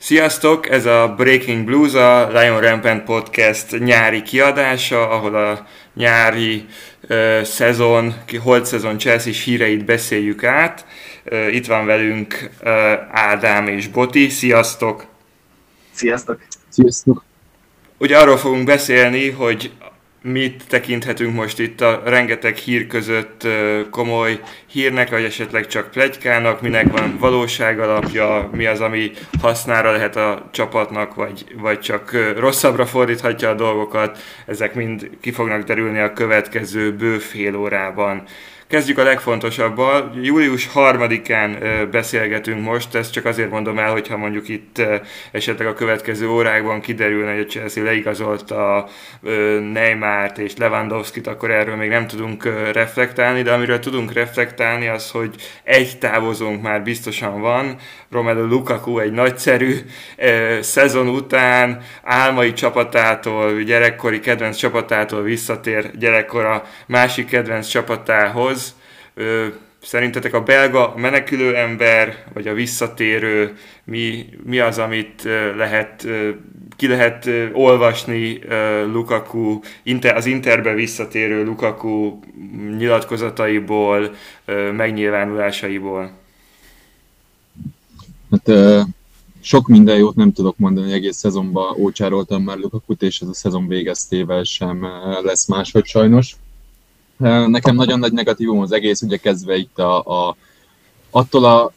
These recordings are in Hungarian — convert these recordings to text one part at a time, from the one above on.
Sziasztok! Ez a Breaking Blues, a Lion Rampant Podcast nyári kiadása, ahol a nyári holt szezon Chelsea híreit beszéljük át. Itt van velünk Ádám és Boti. Sziasztok! Sziasztok! Sziasztok! Ugye arról fogunk beszélni, hogy mit tekinthetünk most itt a rengeteg hír között komoly hírnek, vagy esetleg csak pletykának, minek van valóság alapja, mi az, ami hasznára lehet a csapatnak, vagy csak rosszabbra fordíthatja a dolgokat. Ezek mind ki fognak derülni a következő bő fél órában. Kezdjük a legfontosabbal. Július 3-án beszélgetünk most, ezt csak azért mondom el, hogyha mondjuk itt esetleg a következő órákban kiderülne, hogy a Chelsea leigazolta Neymart és Lewandowskit, akkor erről még nem tudunk reflektálni, de amiről tudunk reflektálni az, hogy egy távozónk már biztosan van. Romelu Lukaku egy nagyszerű szezon után álmai csapatától, gyerekkori kedvenc csapatától visszatér gyerekkora másik kedvenc csapatához. Szerintetek a belga menekülő ember, vagy a visszatérő, mi az, amit ki lehet olvasni Lukaku, az Interbe visszatérő Lukaku nyilatkozataiból, megnyilvánulásaiból? Hát sok minden jót nem tudok mondani, egész szezonban ócsároltam már Lukakut, és ez a szezon végeztével sem lesz máshogy sajnos. Nekem nagyon nagy negatívum az egész, ugye kezdve itt attól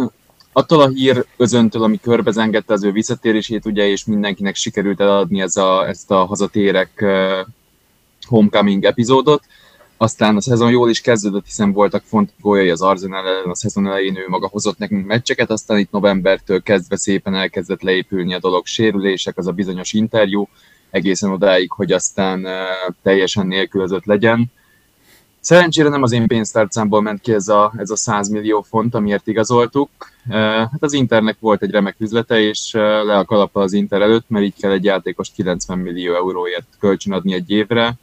a hír özöntől, ami körbezengette az ő visszatérését, ugye, és mindenkinek sikerült eladni ezt a hazatérek homecoming epizódot. Aztán a szezon jól is kezdődött, hiszen voltak fontos góljai az Arsenal ellen, a szezon elején ő maga hozott nekünk meccseket, aztán itt novembertől kezdve szépen elkezdett leépülni a dolog, sérülések, az a bizonyos interjú, egészen odáig, hogy aztán teljesen nélkülözött legyen. Szerencsére nem az én pénztárcámból ment ki ez a 100 millió font, amiért igazoltuk. Hát az Internek volt egy remek üzlete, és le a kalappal az Inter előtt, mert így kell egy játékost 90 millió euróért kölcsönadni egy évre.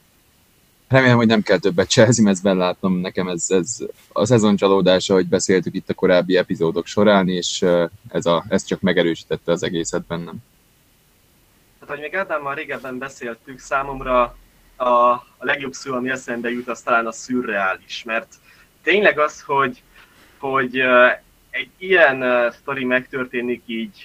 Remélem, hogy nem kell többet Chelsea mezben látnom, nekem ez a szezon csalódása, hogy beszéltük itt a korábbi epizódok során, és ez csak megerősítette az egészet bennem. Hát, ahogy még Ádámmal régebben beszéltük, számomra a legjobb szó, ami eszembe jut, az talán a szürreális, mert tényleg az, hogy egy ilyen sztori megtörténik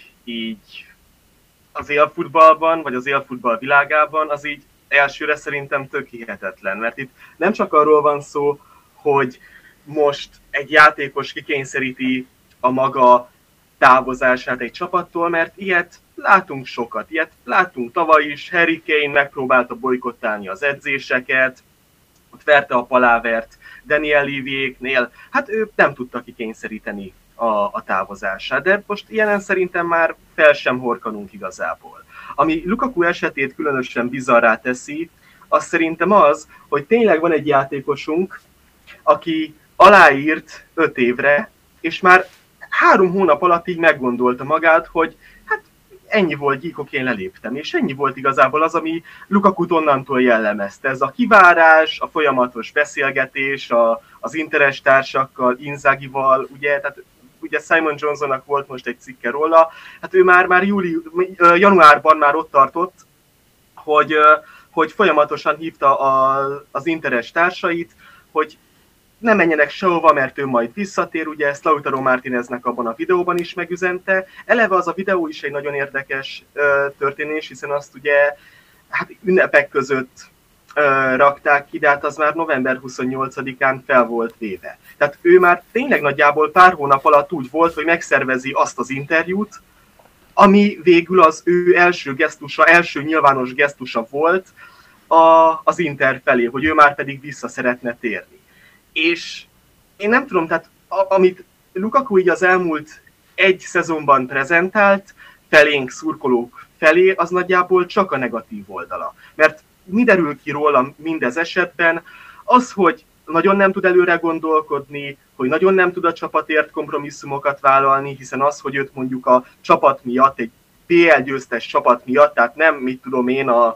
így az élfutballban, vagy az élfutball világában, az így elsőre szerintem tök hihetetlen, mert itt nem csak arról van szó, hogy most egy játékos kikényszeríti a maga távozását egy csapattól, mert ilyet látunk sokat. Ilyet láttunk tavaly is, Harry Kane megpróbálta bojkottálni az edzéseket, ott verte a palávert Daniel Levy-éknél, hát ő nem tudta kikényszeríteni a távozását, de most ilyenen szerintem már fel sem horkanunk igazából. Ami Lukaku esetét különösen bizarrá teszi, az szerintem az, hogy tényleg van egy játékosunk, aki aláírt 5 évre, és már 3 hónap alatt így meggondolta magát, hogy hát ennyi volt, gyíkok, én leléptem, és ennyi volt igazából az, ami Lukakut onnantól jellemezte. Ez a kivárás, a folyamatos beszélgetés az interes társakkal, Inzaghival, ugye Simon Johnsonnak volt most egy cikke róla, hát ő már januárban már ott tartott, hogy folyamatosan hívta az interes társait, hogy ne menjenek sehova, mert ő majd visszatér, ugye ezt Lautaro Martineznek abban a videóban is megüzente. Eleve az a videó is egy nagyon érdekes történés, hiszen azt ugye ünnepek között rakták ki, de hát az már november 28-án fel volt véve. Tehát ő már tényleg nagyjából pár hónap alatt úgy volt, hogy megszervezi azt az interjút, ami végül az ő első nyilvános gesztusa volt az Inter felé, hogy ő már pedig vissza szeretne térni. És én nem tudom, tehát amit Lukaku így az elmúlt egy szezonban prezentált felénk, szurkolók felé, az nagyjából csak a negatív oldala. Mert mi derül ki róla mindez esetben? Az, hogy nagyon nem tud előre gondolkodni, hogy nagyon nem tud a csapatért kompromisszumokat vállalni, hiszen az, hogy őt mondjuk a csapat miatt, egy PL győztes csapat miatt, tehát nem, mit tudom én, a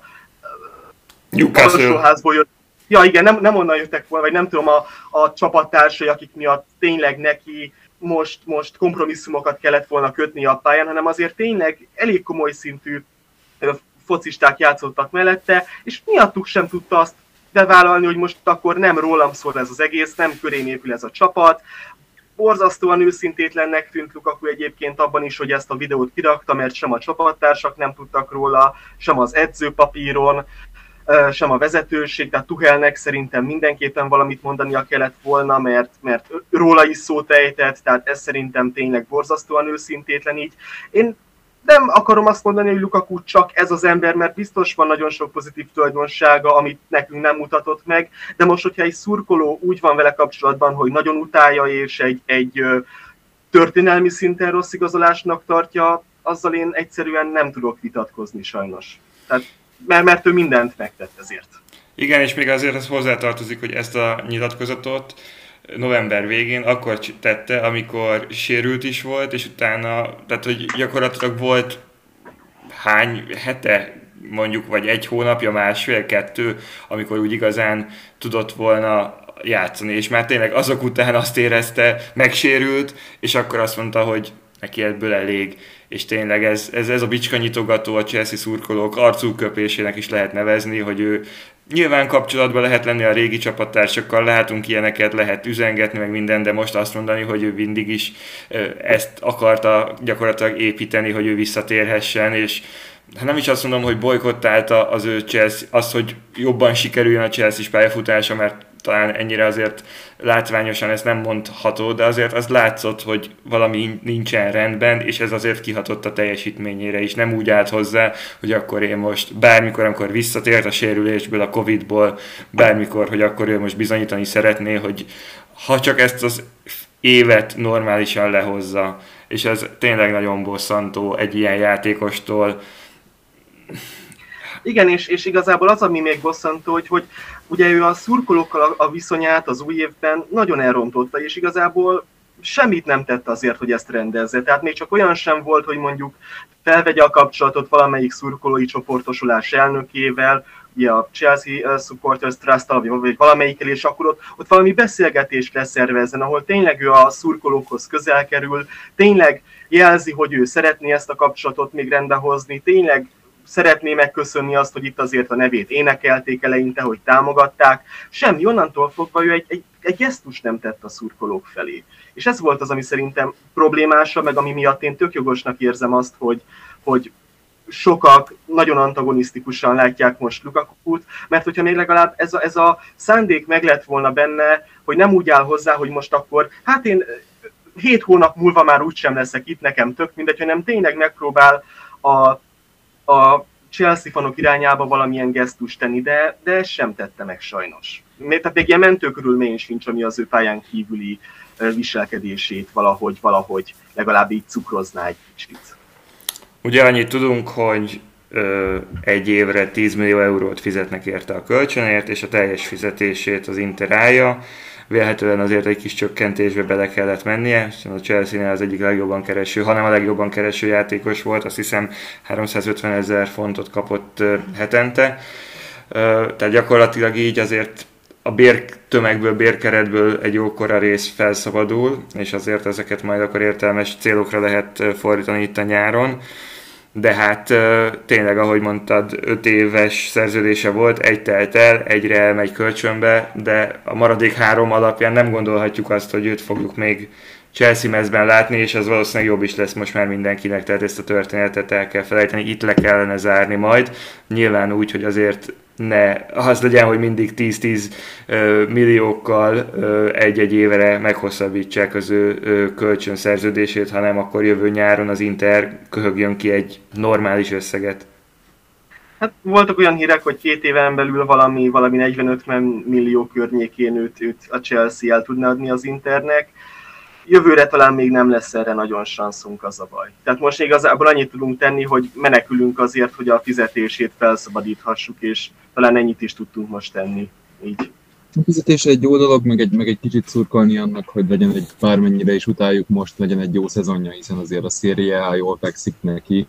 alsóházból jött. Ja igen, nem onnan jöttek volna, vagy nem tudom, a csapattársai, akik miatt tényleg neki most kompromisszumokat kellett volna kötni a pályán, hanem azért tényleg elég komoly szintű focisták játszottak mellette, és miattuk sem tudta azt bevállalni, hogy most akkor nem rólam szól ez az egész, nem körém épül ez a csapat. Borzasztóan őszintétlennek tűnt Lukaku egyébként abban is, hogy ezt a videót kirakta, mert sem a csapattársak nem tudtak róla, sem az edzőpapíron, sem a vezetőség, tehát Tuchelnek szerintem mindenképpen valamit mondania kellett volna, mert róla is szót ejtett, tehát ez szerintem tényleg borzasztóan őszintétlen így. Én nem akarom azt mondani, hogy Lukaku csak ez az ember, mert biztos van nagyon sok pozitív tulajdonsága, amit nekünk nem mutatott meg, de most, hogyha egy szurkoló úgy van vele kapcsolatban, hogy nagyon utálja és egy történelmi szinten rossz igazolásnak tartja, azzal én egyszerűen nem tudok vitatkozni sajnos. Tehát, mert ő mindent megtett ezért. Igen, és még azért ez hozzátartozik, hogy ezt a nyilatkozatot november végén akkor tette, amikor sérült is volt, és utána, tehát hogy gyakorlatilag volt hány hete, mondjuk, vagy egy hónapja, másfél, kettő, amikor úgy igazán tudott volna játszani, és már tényleg azok után azt érezte, megsérült, és akkor azt mondta, hogy neki ebből elég, és tényleg ez a bicskanyitogató a Chelsea szurkolók arcúköpésének is lehet nevezni, hogy ő nyilván kapcsolatban lehet lenni a régi csapattársakkal, látunk ilyeneket, lehet üzengetni meg minden, de most azt mondani, hogy ő mindig is ezt akarta gyakorlatilag építeni, hogy ő visszatérhessen, és nem is azt mondom, hogy bojkottálta az ő Chelsea, az, hogy jobban sikerüljön a Chelsea pályafutása, mert talán ennyire azért látványosan ez nem mondható, de azért az látszott, hogy valami nincsen rendben, és ez azért kihatott a teljesítményére is. Nem úgy állt hozzá, hogy akkor én most bármikor, amikor visszatért a sérülésből, a Covid-ból, bármikor, hogy akkor ő most bizonyítani szeretné, hogy ha csak ezt az évet normálisan lehozza, és ez tényleg nagyon bosszantó egy ilyen játékostól. Igen, és igazából az, ami még bosszantó, hogy ugye ő a szurkolókkal a viszonyát az új évben nagyon elrontotta, és igazából semmit nem tett azért, hogy ezt rendezze. Tehát még csak olyan sem volt, hogy mondjuk felvegye a kapcsolatot valamelyik szurkolói csoportosulás elnökével, ugye a Chelsea Supporters Trust-tal, vagy valamelyikkel, és akkor ott valami beszélgetést leszervezzen, ahol tényleg ő a szurkolókhoz közel kerül, tényleg jelzi, hogy ő szeretné ezt a kapcsolatot még rendbe hozni, tényleg szeretné megköszönni azt, hogy itt azért a nevét énekelték eleinte, hogy támogatták. Semmi, onnantól fogva ő egy gesztus nem tett a szurkolók felé. És ez volt az, ami szerintem problémása, meg ami miatt én tök jogosnak érzem azt, hogy sokak nagyon antagonisztikusan látják most Lukakut, mert hogyha még legalább ez a szándék meg lett volna benne, hogy nem úgy áll hozzá, hogy most akkor, hát én 7 hónap múlva már úgysem leszek itt, nekem tök mindegy, hanem tényleg megpróbál a Chelsea fanok irányába valamilyen gesztust tenni, de ezt sem tette meg sajnos. Tehát még ilyen mentőkörülmény sincs, ami az ő pályán kívüli viselkedését valahogy legalább így cukrozná egy kicsit. Ugye annyit tudunk, hogy egy évre 10 millió eurót fizetnek érte a kölcsönért, és a teljes fizetését az Inter állja. Vélhetően azért egy kis csökkentésbe bele kellett mennie, a Chelsea-nél az egyik legjobban kereső, hanem a legjobban kereső játékos volt, azt hiszem 350 000 fontot kapott hetente. Tehát gyakorlatilag így azért a bértömegből, bérkeretből egy jókora rész felszabadul, és azért ezeket majd akkor értelmes célokra lehet fordítani itt a nyáron. De hát tényleg, ahogy mondtad, 5 éves szerződése volt, egy telt el, egyre elmegy kölcsönbe, de a maradék 3 alapján nem gondolhatjuk azt, hogy őt fogjuk még Chelsea mezben látni, és az valószínűleg jobb is lesz most már mindenkinek, tehát ezt a történetet el kell felejteni, itt le kellene zárni majd. Nyilván úgy, hogy azért ne az legyen, hogy mindig 10-10 milliókkal egy-egy évre meghosszabbítsák az ő kölcsönszerződését, hanem akkor jövő nyáron az Inter köhögjön ki egy normális összeget. Hát voltak olyan hírek, hogy 2 éven belül valami 40-50 millió környékén őt a Chelsea el tudna adni az Internek. Jövőre talán még nem lesz erre nagyon sanszunk, az a baj. Tehát most igazából annyit tudunk tenni, hogy menekülünk azért, hogy a fizetését felszabadíthassuk, és talán ennyit is tudtunk most tenni. Így. A fizetés egy jó dolog, meg egy kicsit szurkolni annak, hogy legyen egy bármennyire is utáljuk most, legyen egy jó szezonja, hiszen azért a Serie A jól fekszik neki.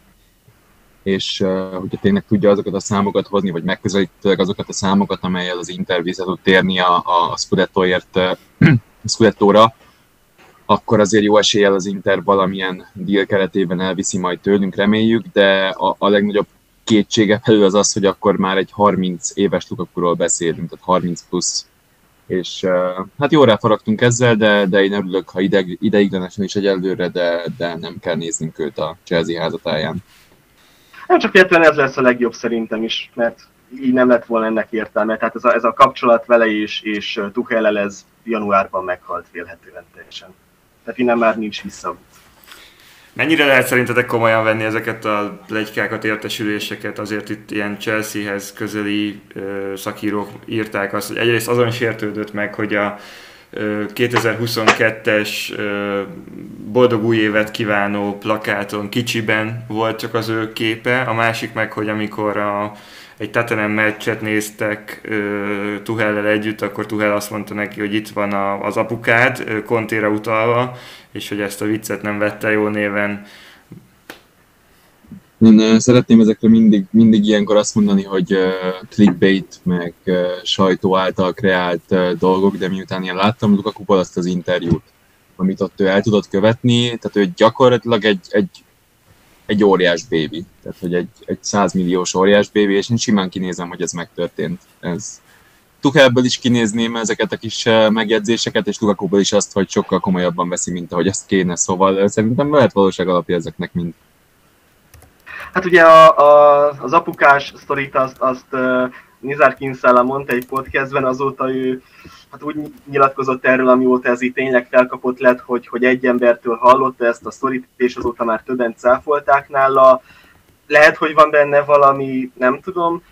És hogyha tényleg tudja azokat a számokat hozni, vagy megközelítőleg azokat a számokat, amelyel az Inter vissza tud térni a Scudettóra, akkor azért jó eséllyel az Inter valamilyen deal keretében elviszi majd tőlünk, reméljük, de a legnagyobb kétsége felül az az, hogy akkor már egy 30 éves Lukakuról beszélünk, tehát 30 plusz. És hát jól ráfaragtunk ezzel, de én örülök, ha ideiglenesen is egyelőre, de nem kell néznünk őt a Chelsea házatáján. Nem csak értelme, ez lesz a legjobb szerintem is, mert így nem lett volna ennek értelme. Tehát ez a kapcsolat vele és Tuchellel ez januárban meghalt vélhetően teljesen. Tehát innen már nincs visszaút. Mennyire lehet szerintetek komolyan venni ezeket a pletykákat, értesüléseket? Azért itt ilyen Chelseahez közeli szakírók írták azt, hogy egyrészt azon sértődött meg, hogy a 2022-es boldog új évet kívánó plakáton kicsiben volt csak az ő képe, a másik meg, hogy amikor egy Tottenham meccset néztek Tuchellel együtt, akkor Tuchel azt mondta neki, hogy itt van az apukád, Contéra utalva, és hogy ezt a viccet nem vette jó néven. Én szeretném ezekre mindig ilyenkor azt mondani, hogy clickbait, meg sajtó által kreált dolgok, de miután én láttam Lukakuból azt az interjút, amit ott ő el tudott követni, tehát ő gyakorlatilag egy óriás bébi, tehát hogy egy 100 milliós óriás bébi, és én simán kinézem, hogy ez megtörtént. Tuchelből is kinézném ezeket a kis megjegyzéseket, és Lukakuból is azt, hogy sokkal komolyabban veszi, mint ahogy ezt kéne, szóval szerintem lehet valóság alapja ezeknek mind. Hát ugye az apukás sztorit azt Nizar Kinsella mondta egy podcastben, azóta ő hát úgy nyilatkozott erről, amióta ez így tényleg felkapott lett, hogy egy embertől hallotta ezt a sztorit, és azóta már többen cáfolták nála. Lehet, hogy van benne valami, nem tudom.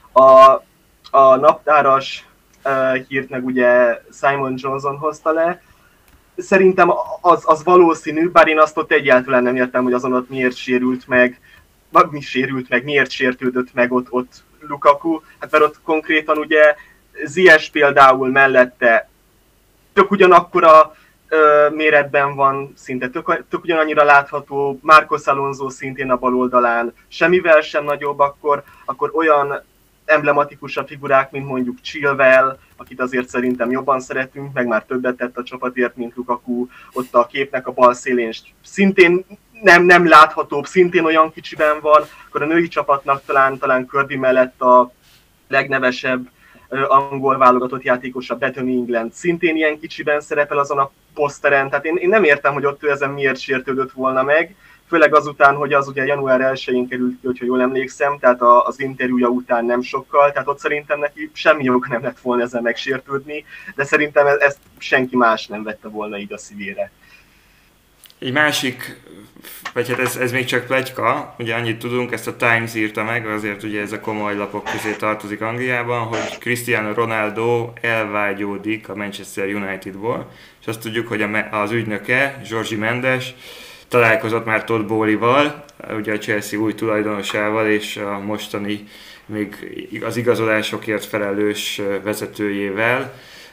A naptáras hírt meg ugye Simon Johnson hozta le. Szerintem az valószínű, bár én azt ott egyáltalán nem értem, hogy azon ott miért sérült meg, miért sértődött meg ott Lukaku. Hát mert ott konkrétan ugye Ziyech például mellette tök ugyanakkora méretben van, szinte tök ugyanannyira látható, Marcos Alonso szintén a bal oldalán, semmivel sem nagyobb, akkor olyan emblematikusabb figurák, mint mondjuk Chilwell, akit azért szerintem jobban szeretünk, meg már többet tett a csapatért, mint Lukaku, ott a képnek a bal szélén szintén nem láthatóbb, szintén olyan kicsiben van, akkor a női csapatnak talán Kirby mellett a legnevesebb angol válogatott játékosa Bethany England szintén ilyen kicsiben szerepel azon a poszteren, tehát én nem értem, hogy ott ő ezen miért sértődött volna meg, főleg azután, hogy az ugye január 1-én került ki, hogyha jól emlékszem, tehát az interjúja után nem sokkal, tehát ott szerintem neki semmi jog nem lett volna ezen megsértődni, de szerintem ezt senki más nem vette volna így a szívére. Egy másik, vagy hát ez még csak pletyka, ugye annyit tudunk, ezt a Times írta meg, azért ugye ez a komoly lapok közé tartozik Angliában, hogy Cristiano Ronaldo elvágyódik a Manchester Unitedból, és azt tudjuk, hogy az ügynöke, Jorge Mendes, találkozott már Todd Bowley-val, ugye a Chelsea új tulajdonosával, és a mostani még az igazolásokért felelős vezetőjével.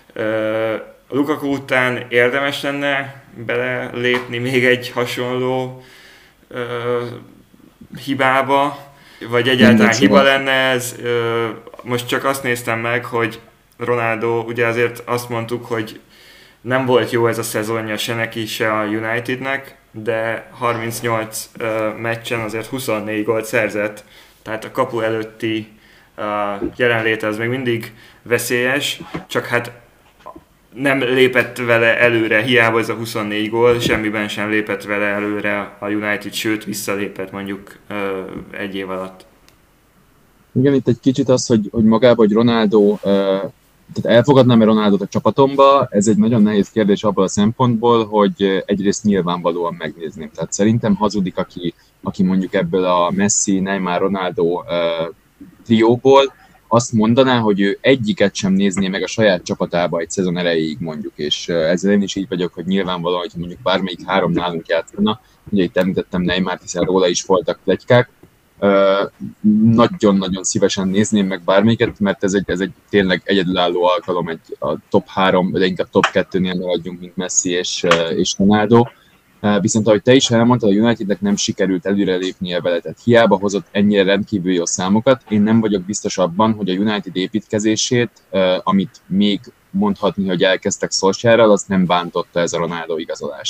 A Lukaku után érdemes lenne belelépni még egy hasonló hibába, vagy egyáltalán hiba lenne ez. Most csak azt néztem meg, hogy Ronaldo, ugye azért azt mondtuk, hogy nem volt jó ez a szezonja se neki, se a Unitednek, de 38 meccsen azért 24 gólt szerzett, tehát a kapu előtti jelenléte az még mindig veszélyes, csak hát nem lépett vele előre, hiába ez a 24 gól, semmiben sem lépett vele előre a United, sőt visszalépett mondjuk egy év alatt. Igen, itt egy kicsit az, hogy magában, hogy Ronaldo, tehát elfogadnám-e Ronaldot a csapatomba, ez egy nagyon nehéz kérdés abban a szempontból, hogy egyrészt nyilvánvalóan megnézném. Tehát szerintem hazudik, aki mondjuk ebből a Messi, Neymar, Ronaldo trióból, azt mondaná, hogy ő egyiket sem nézné meg a saját csapatába egy szezon elejéig mondjuk, és ezzel én is így vagyok, hogy nyilvánvalóan, hogy mondjuk bármelyik három nálunk játszana, ugye itt említettem Neymart, hiszen róla is voltak pletykák, nagyon-nagyon szívesen nézném meg bármelyiket, mert ez egy tényleg egyedülálló alkalom, a top 3, de inkább top 2-nél maradjunk, mint Messi és Ronaldo. Viszont ahogy te is elmondtad, a Unitednek nem sikerült előrelépnie vele, tehát hiába hozott ennyire rendkívül jó számokat, én nem vagyok biztos abban, hogy a United építkezését, amit még mondhatni, hogy elkezdtek Solskjaerrel, azt nem bántotta ez a Ronaldo igazolás.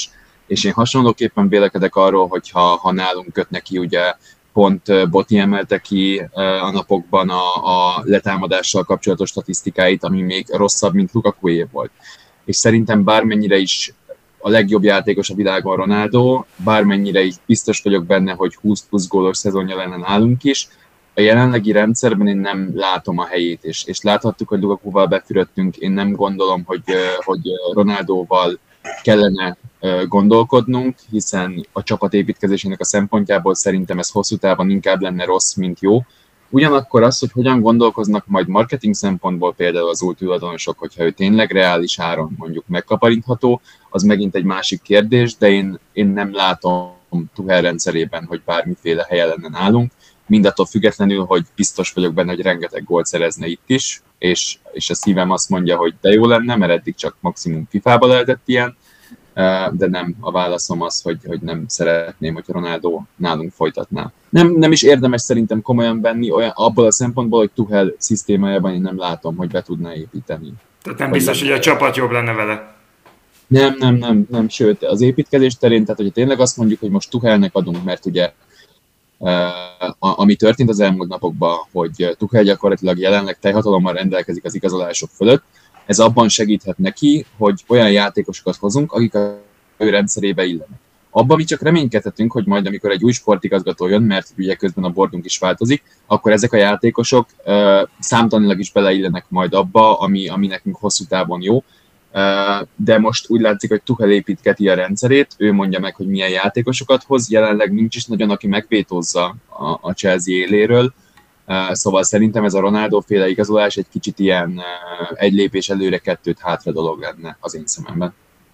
És én hasonlóképpen vélekedek arról, hogy ha nálunk kötnek ki, ugye pont Boti emelte ki a napokban a letámadással kapcsolatos statisztikáit, ami még rosszabb, mint Lukakué volt. És szerintem bármennyire is a legjobb játékos a világon Ronaldo, bármennyire is biztos vagyok benne, hogy 20 plusz gólos szezonja lenne nálunk is, a jelenlegi rendszerben én nem látom a helyét, és láthattuk, hogy Lukakuval befürödtünk, én nem gondolom, hogy Ronaldóval kellene gondolkodnunk, hiszen a csapat építkezésének a szempontjából szerintem ez hosszú távon inkább lenne rossz, mint jó. Ugyanakkor az, hogy hogyan gondolkoznak majd marketing szempontból például az új tulajdonosok, hogyha ő tényleg reális áron mondjuk megkaparintható, az megint egy másik kérdés, de én nem látom Tuchel rendszerében, hogy bármiféle helye lenne nálunk, mindattól függetlenül, hogy biztos vagyok benne, hogy rengeteg gólt szerezne itt is, és a szívem azt mondja, hogy de jó lenne, mert eddig csak maximum FIFA-ba lehetett ilyen, de nem, a válaszom az, hogy nem szeretném, hogy Ronaldo nálunk folytatná. Nem is érdemes szerintem komolyan venni, abból a szempontból, hogy Tuchel szisztémájában én nem látom, hogy be tudná építeni. Tehát nem biztos, hogy a csapat jobb lenne vele. Nem, sőt, az építkezés terén, tehát hogyha tényleg azt mondjuk, hogy most Tuchelnek adunk, mert ugye ami történt az elmúlt napokban, hogy Tuchel gyakorlatilag jelenleg teljhatalommal rendelkezik az igazolások fölött, ez abban segíthet neki, hogy olyan játékosokat hozunk, akik a ő rendszerébe illenek. Abban mi csak reménykedhetünk, hogy majd amikor egy új sportigazgató jön, mert ugye közben a bordunk is változik, akkor ezek a játékosok számtanilag is beleillenek majd abba, ami nekünk hosszú távon jó. De most úgy látszik, hogy Tuchel építketi a rendszerét, ő mondja meg, hogy milyen játékosokat hoz, jelenleg nincs is nagyon, aki megvétózza a Chelsea éléről, szóval szerintem ez a Ronaldo-féle igazolás egy kicsit ilyen egy lépés előre, kettőt hátra dolog lenne az én szememben.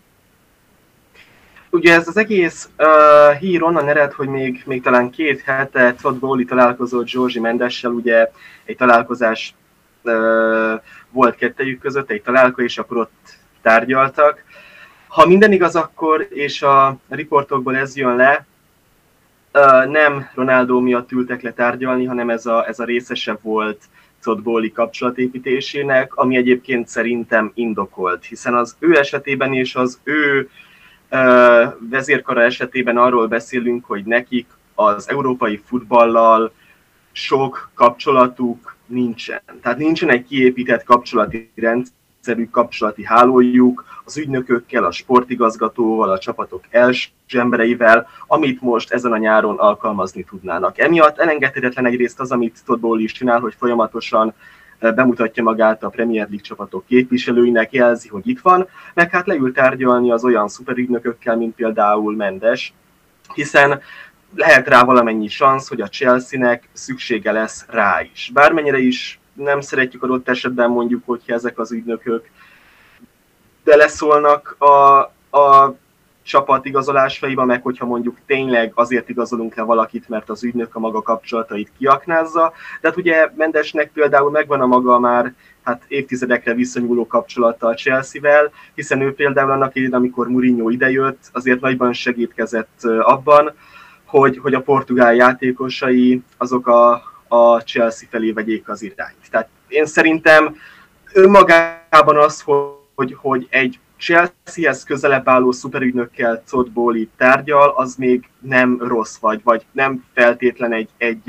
Ugye ez az egész hír onnan ered, hogy még talán 2 hete Todd Bowley találkozott Jorge Mendessel, ugye egy találkozás volt kettejük között, egy találko, és akkor ott tárgyaltak. Ha minden igaz akkor, és a riportokból ez jön le, nem Ronaldo miatt ültek le tárgyalni, hanem ez a részese volt Todd Bowley kapcsolatépítésének, ami egyébként szerintem indokolt, hiszen az ő esetében és az ő vezérkara esetében arról beszélünk, hogy nekik az európai futballal sok kapcsolatuk nincsen. Tehát nincsen egy kiépített kapcsolati rendszerű, kapcsolati hálójuk az ügynökökkel, a sportigazgatóval, a csapatok első embereivel, amit most ezen a nyáron alkalmazni tudnának. Emiatt elengedhetetlen egyrészt az, amit Todd Bowley is csinál, hogy folyamatosan bemutatja magát a Premier League csapatok képviselőinek, jelzi, hogy itt van, meg hát leül tárgyalni az olyan szuperügynökökkel, mint például Mendes, hiszen lehet rá valamennyi szansz, hogy a Chelsea-nek szüksége lesz rá is. Bármennyire is nem szeretjük adott esetben mondjuk, hogyha ezek az ügynökök beleszólnak a csapat igazolásaiba, meg hogyha mondjuk tényleg azért igazolunk le valakit, mert az ügynök a maga kapcsolatait kiaknázza. De hát ugye Mendesnek például megvan a maga már évtizedekre visszanyúló kapcsolata a Chelsea-vel, hiszen ő például annak idején, amikor Mourinho idejött, azért nagyban segítkezett abban, hogy a portugál játékosai azok a Chelsea felé vegyék az irányt. Tehát én szerintem önmagában az, hogy egy Chelsea-hez közelebb álló szuperügynökkel Todd Bowley tárgyal, az még nem rossz vagy nem feltétlen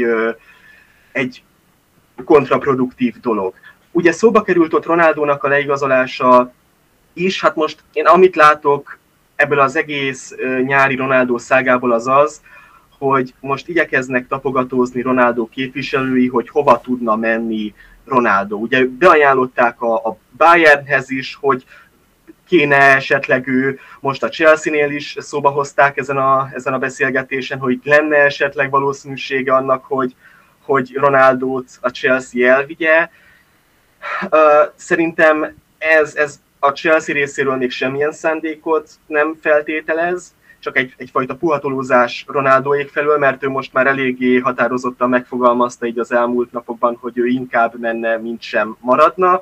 egy kontraproduktív dolog. Ugye szóba került ott Ronaldónak a leigazolása is, hát most én amit látok ebből az egész nyári Ronaldo szágából az, hogy most igyekeznek tapogatózni Ronaldo képviselői, hogy hova tudna menni Ronaldo. Ugye beajánlották a Bayernhez is, hogy kéne esetleg ő, most a Chelsea-nél is szóba hozták ezen a beszélgetésen, hogy lenne esetleg valószínűsége annak, hogy Ronaldót a Chelsea elvigye. Szerintem ez a Chelsea részéről még semmilyen szándékot nem feltételez, csak egyfajta puhatolózás Ronaldoék felől, mert ő most már eléggé határozottan megfogalmazta így az elmúlt napokban, hogy ő inkább menne, mint sem maradna.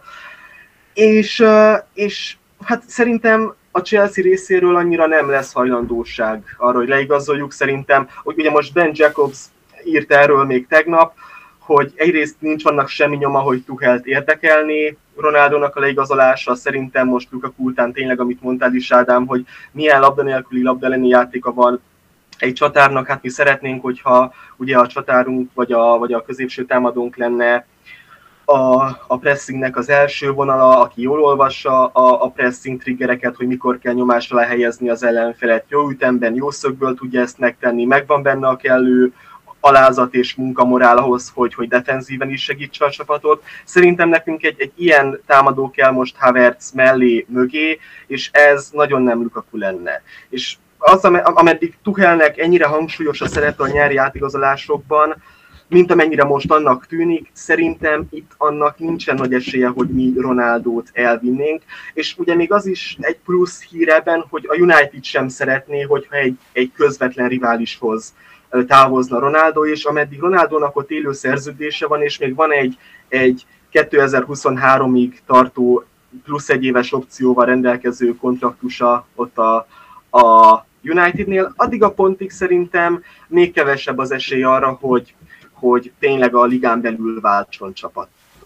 És hát szerintem a Chelsea részéről annyira nem lesz hajlandóság arra, hogy leigazoljuk. Szerintem, ugye most Ben Jacobs írt erről még tegnap, hogy egyrészt vannak semmi nyoma, hogy Tuchelt érdekelni Ronaldónak a leigazolása, szerintem most Lukaku után tényleg, amit mondtál is, Ádám, hogy milyen labda nélküli, labda elleni játéka van egy csatárnak, hát mi szeretnénk, hogyha ugye a csatárunk vagy a középső támadónk lenne a pressingnek az első vonala, aki jól olvassa a pressing triggereket, hogy mikor kell nyomásra lehelyezni az ellenfelet, jó ütemben, jó szögből tudja ezt megtenni, megvan benne a kellő alázat és munkamorál ahhoz, hogy defenzíven is segítse a csapatot. Szerintem nekünk egy ilyen támadó kell most Havertz mellé, mögé, és ez nagyon nem Lukaku lenne. És az, ameddig Tuchelnek ennyire hangsúlyos a szerepe a nyári átigazolásokban, mint amennyire most annak tűnik, szerintem itt annak nincsen nagy esélye, hogy mi Ronaldót elvinnénk. És ugye még az is egy plusz hír ebben, hogy a United sem szeretné, hogyha egy közvetlen riválishoz távozna Ronaldo, és ameddig Ronaldónak ott élő szerződése van, és még van egy 2023-ig tartó plusz egy éves opcióval rendelkező kontraktusa ott a Unitednél, addig a pontig szerintem még kevesebb az esély arra, hogy tényleg a ligán belül váltson csapatot.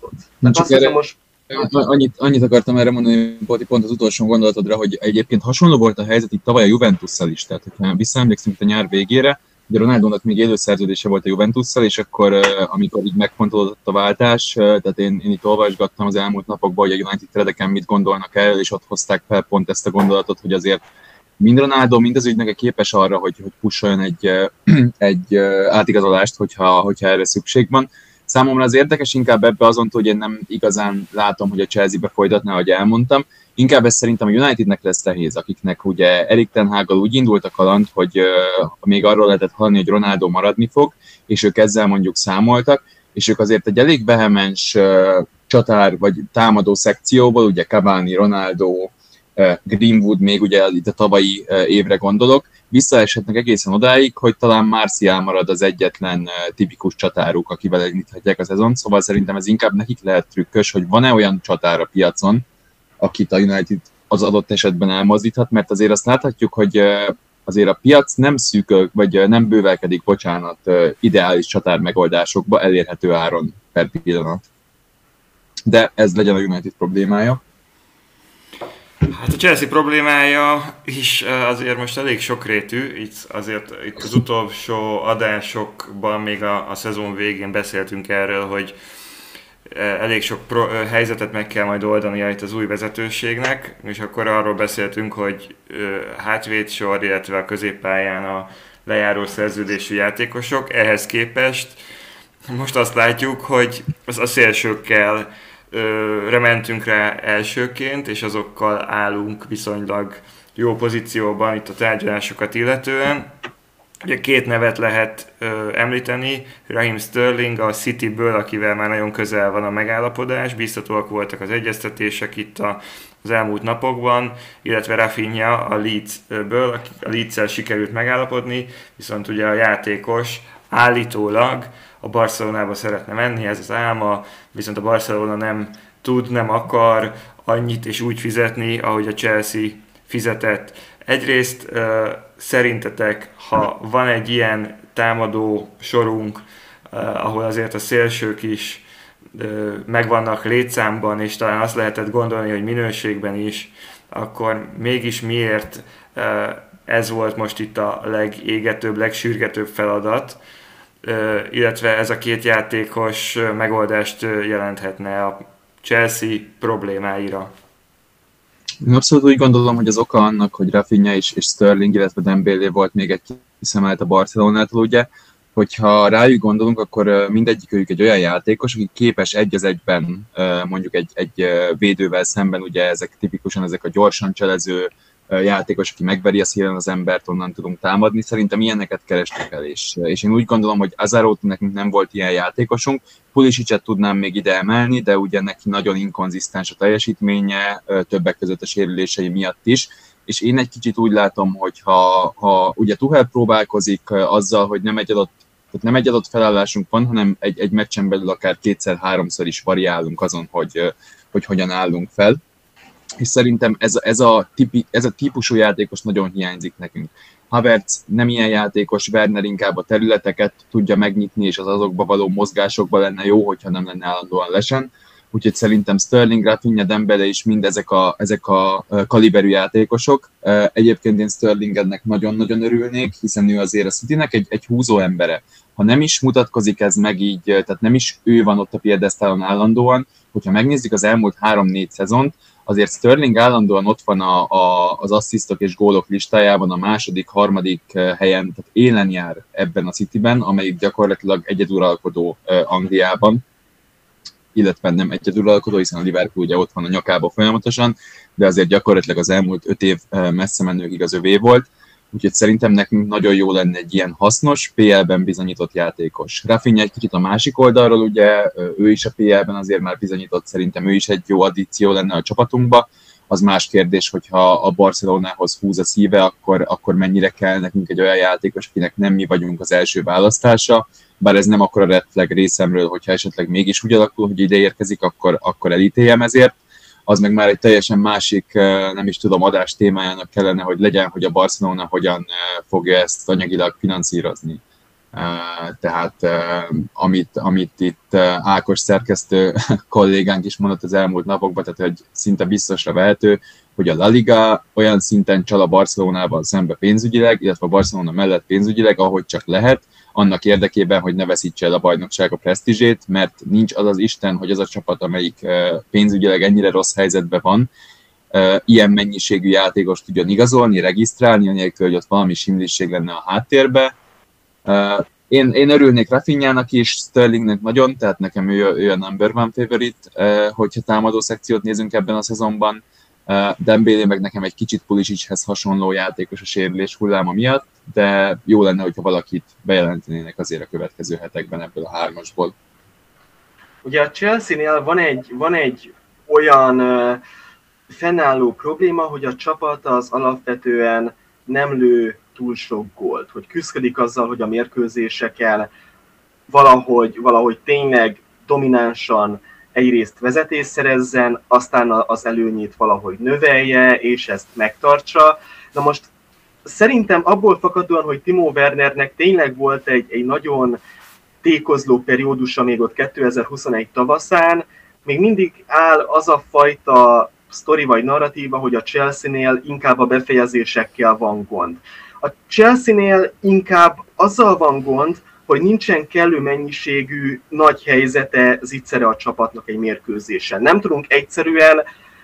Annyit akartam erre mondani, pont az utolsó gondolatodra, hogy egyébként hasonló volt a helyzet itt tavaly a Juventusszal is, tehát hogyha visszaemlékszünk a nyár végére, ugye Ronaldónak még élő szerződése volt a Juventusszal, és akkor, amikor így megfontolódott a váltás, tehát én itt olvasgattam az elmúlt napokban, hogy a United Tredeken mit gondolnak el, és ott hozták fel pont ezt a gondolatot, hogy azért mind Ronaldo, mind az ügynöke képes arra, hogy pusoljon egy átigazolást, hogyha erre szükség van. Számomra az érdekes inkább ebbe azon, hogy én nem igazán látom, hogy a Chelsea-be folytatná, ahogy elmondtam. Inkább ez szerintem a Unitednek lesz nehéz, akiknek ugye Erik ten Haggal úgy indult a kaland, hogy még arról lehetett hallani, hogy Ronaldo maradni fog, és ők ezzel mondjuk számoltak, és ők azért egy elég vehemens csatár vagy támadó szekcióból, ugye Cavani, Ronaldo, Greenwood, még ugye itt a tavalyi évre gondolok, visszaeshetnek egészen odáig, hogy talán Martial marad az egyetlen tipikus csatáruk, akivel elindíthatják a szezon, szóval szerintem ez inkább nekik lehet trükkös, hogy van-e olyan csatár a piacon, akit a United az adott esetben elmozdíthat, mert azért azt láthatjuk, hogy azért a piac nem szűköl, vagy nem bővelkedik, ideális csatár megoldásokba elérhető áron per pillanat. De ez legyen a United problémája. Hát a Chelsea problémája is azért most elég sokrétű, itt az utolsó adásokban még a szezon végén beszéltünk erről, hogy elég sok helyzetet meg kell majd oldania itt az új vezetőségnek, és akkor arról beszéltünk, hogy hátvédsor, illetve a középpályán a lejáró szerződésű játékosok. Ehhez képest most azt látjuk, hogy a szélsőkkel rementünk rá elsőként, és azokkal állunk viszonylag jó pozícióban itt a tárgyalásokat illetően. Ugye két nevet lehet említeni, Raheem Sterling a Cityből, akivel már nagyon közel van a megállapodás, biztatóak voltak az egyeztetések itt az elmúlt napokban, illetve Rafinha a Leedsből, a Leeds-el sikerült megállapodni, viszont ugye a játékos állítólag a Barcelonába szeretne menni, ez az álma, viszont a Barcelona nem akar annyit és úgy fizetni, ahogy a Chelsea fizetett. Egyrészt szerintetek, ha van egy ilyen támadó sorunk, ahol azért a szélsők is megvannak létszámban, és talán azt lehetett gondolni, hogy minőségben is, akkor mégis miért ez volt most itt a legégetőbb, legsürgetőbb feladat, illetve ez a két játékos megoldást jelenthetne a Chelsea problémáira. Én abszolút úgy gondolom, hogy az oka annak, hogy Rafinha és Sterling, illetve Dembélé volt még egy kiszemelt a Barcelonától, ugye, hogyha rájuk gondolunk, akkor mindegyikőjük egy olyan játékos, aki képes egy az egyben mondjuk egy védővel szemben, ugye tipikusan ezek a gyorsan cselező játékos, aki megveri a szélen az embert, onnan tudunk támadni. Szerintem ilyeneket kerestek el, és én úgy gondolom, hogy Azarót nekünk nem volt ilyen játékosunk, Pulisicet tudnám még ide emelni, de ugye neki nagyon inkonzisztens a teljesítménye, többek között a sérülései miatt is, és én egy kicsit úgy látom, hogy ha ugye Tuchel próbálkozik azzal, hogy nem egy adott felállásunk van, hanem egy meccsen belül akár kétszer-háromszor is variálunk azon, hogy hogyan állunk fel. És szerintem ez a típusú játékos nagyon hiányzik nekünk. Havertz nem ilyen játékos, Werner inkább a területeket tudja megnyitni, és az azokba való mozgásokba lenne jó, hogyha nem lenne állandóan lesen. Úgyhogy szerintem Sterling, Rafinha, Dembele is mind ezek a kaliberű játékosok. Egyébként én Sterlingednek nagyon-nagyon örülnék, hiszen ő azért a Citynek egy húzó embere. Ha nem is mutatkozik ez meg így, tehát nem is ő van ott a piedesztálon állandóan, hogyha megnézzük az elmúlt 3-4 szezont, azért Sterling állandóan ott van az asszisztok és gólok listájában a második, harmadik helyen, tehát élen jár ebben a Cityben, amelyik gyakorlatilag egyeduralkodó Angliában, illetve nem egyeduralkodó, hiszen a Liverpool ugye ott van a nyakába folyamatosan, de azért gyakorlatilag az elmúlt 5 év messze menőkig az övé volt, úgyhogy szerintem nekünk nagyon jó lenne egy ilyen hasznos, PL-ben bizonyított játékos. Rafinha egy kicsit a másik oldalról, ugye ő is a PL-ben azért már bizonyított, szerintem ő is egy jó addíció lenne a csapatunkba. Az más kérdés, hogyha a Barcelonához húz a szíve, akkor mennyire kell nekünk egy olyan játékos, akinek nem mi vagyunk az első választása, bár ez nem akkora red flag részemről, hogyha esetleg mégis úgy alakul, hogy ide érkezik, akkor elítéljem ezért. Az meg már egy teljesen másik, nem is tudom, adás témájának kellene, hogy legyen, hogy a Barcelona hogyan fogja ezt anyagilag finanszírozni. Tehát amit itt Ákos szerkesztő kollégánk is mondott az elmúlt napokban, tehát hogy szinte biztosra vehető, hogy a La Liga olyan szinten csal a Barcelonával szembe pénzügyileg, illetve a Barcelona mellett pénzügyileg, ahogy csak lehet, annak érdekében, hogy ne veszítse el a bajnokság a presztízsét, mert nincs az az Isten, hogy az a csapat, amelyik pénzügyileg ennyire rossz helyzetben van, ilyen mennyiségű játékos tudjon igazolni, regisztrálni, anélkül, hogy ott valami simlisség lenne a háttérbe. Én örülnék Rafinhának is, Sterlingnek nagyon, tehát nekem ő a number one favorite, hogyha támadó szekciót nézünk ebben a szezonban. Dembélé meg nekem egy kicsit Pulisichez hasonló játékos a sérülés hulláma miatt, de jó lenne, hogyha valakit bejelentenének azért a következő hetekben ebből a hármasból. Ugye a Chelsea-nél van egy olyan fennálló probléma, hogy a csapat az alapvetően nem lő túl sok gólt, hogy küszködik azzal, hogy a mérkőzéseken valahogy tényleg dominánsan egyrészt vezetést szerezzen, aztán az előnyét valahogy növelje, és ezt megtartsa. Na most szerintem abból fakadóan, hogy Timo Wernernek tényleg volt egy nagyon tékozló periódusa még ott 2021 tavaszán, még mindig áll az a fajta sztori vagy narratíva, hogy a Chelsea-nél inkább a befejezésekkel van gond. A Chelsea-nél inkább azzal van gond, hogy nincsen kellő mennyiségű nagy helyzete, zicsere a csapatnak egy mérkőzésen. Nem tudunk egyszerűen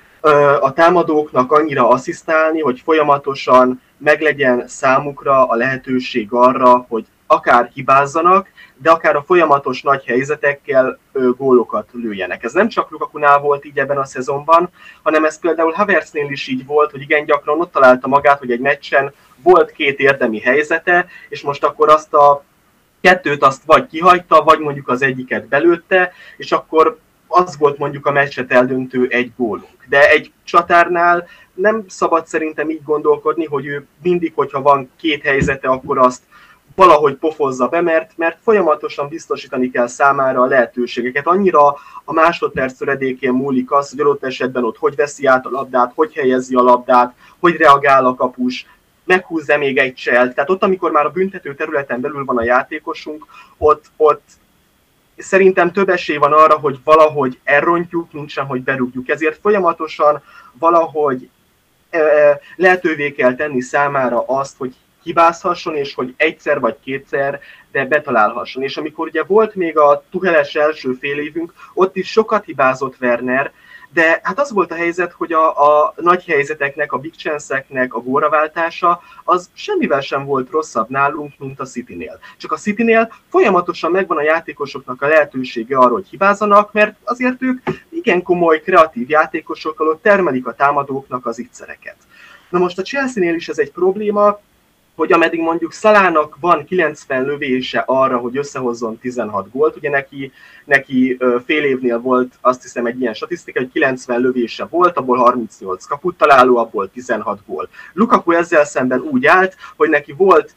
a támadóknak annyira asszisztálni, hogy folyamatosan meglegyen számukra a lehetőség arra, hogy akár hibázzanak, de akár a folyamatos nagy helyzetekkel gólokat lőjenek. Ez nem csak Lukakunál volt így ebben a szezonban, hanem ez például Havertznél is így volt, hogy igen gyakran ott találta magát, hogy egy meccsen volt 2 érdemi helyzete, és most akkor azt a 2 azt vagy kihagyta, vagy mondjuk az egyiket belőtte, és akkor az volt mondjuk a meccset eldöntő egy gólunk. De egy csatárnál nem szabad szerintem így gondolkodni, hogy ő mindig, hogyha van 2 helyzete, akkor azt valahogy pofozza be, mert folyamatosan biztosítani kell számára a lehetőségeket. Annyira a másodperc töredékén múlik az, hogy adott esetben ott hogy veszi át a labdát, hogy helyezi a labdát, hogy reagál a kapus, meghúzza még egy cselt. Tehát ott, amikor már a büntető területen belül van a játékosunk, ott szerintem több esély van arra, hogy valahogy elrontjuk, mint sem, hogy berúgjuk. Ezért folyamatosan valahogy lehetővé kell tenni számára azt, hogy hibázhasson, és hogy egyszer vagy kétszer, de betalálhasson. És amikor ugye volt még a Tucheles első fél évünk, ott is sokat hibázott Werner, de hát az volt a helyzet, hogy a nagy helyzeteknek, a big chance-eknek a góraváltása az semmivel sem volt rosszabb nálunk, mint a Citynél. Csak a Citynél folyamatosan megvan a játékosoknak a lehetősége arra, hogy hibázzanak, mert azért ők igen komoly, kreatív játékosokkal ott termelik a támadóknak az ittszereket. Na most a Chelsea-nél is ez egy probléma, hogy ameddig mondjuk Salahnak van 90 lövése arra, hogy összehozzon 16 gólt, ugye neki fél évnél volt azt hiszem egy ilyen statisztika, hogy 90 lövése volt, abból 38 kaput találó, abból 16 gól. Lukaku ezzel szemben úgy állt, hogy neki volt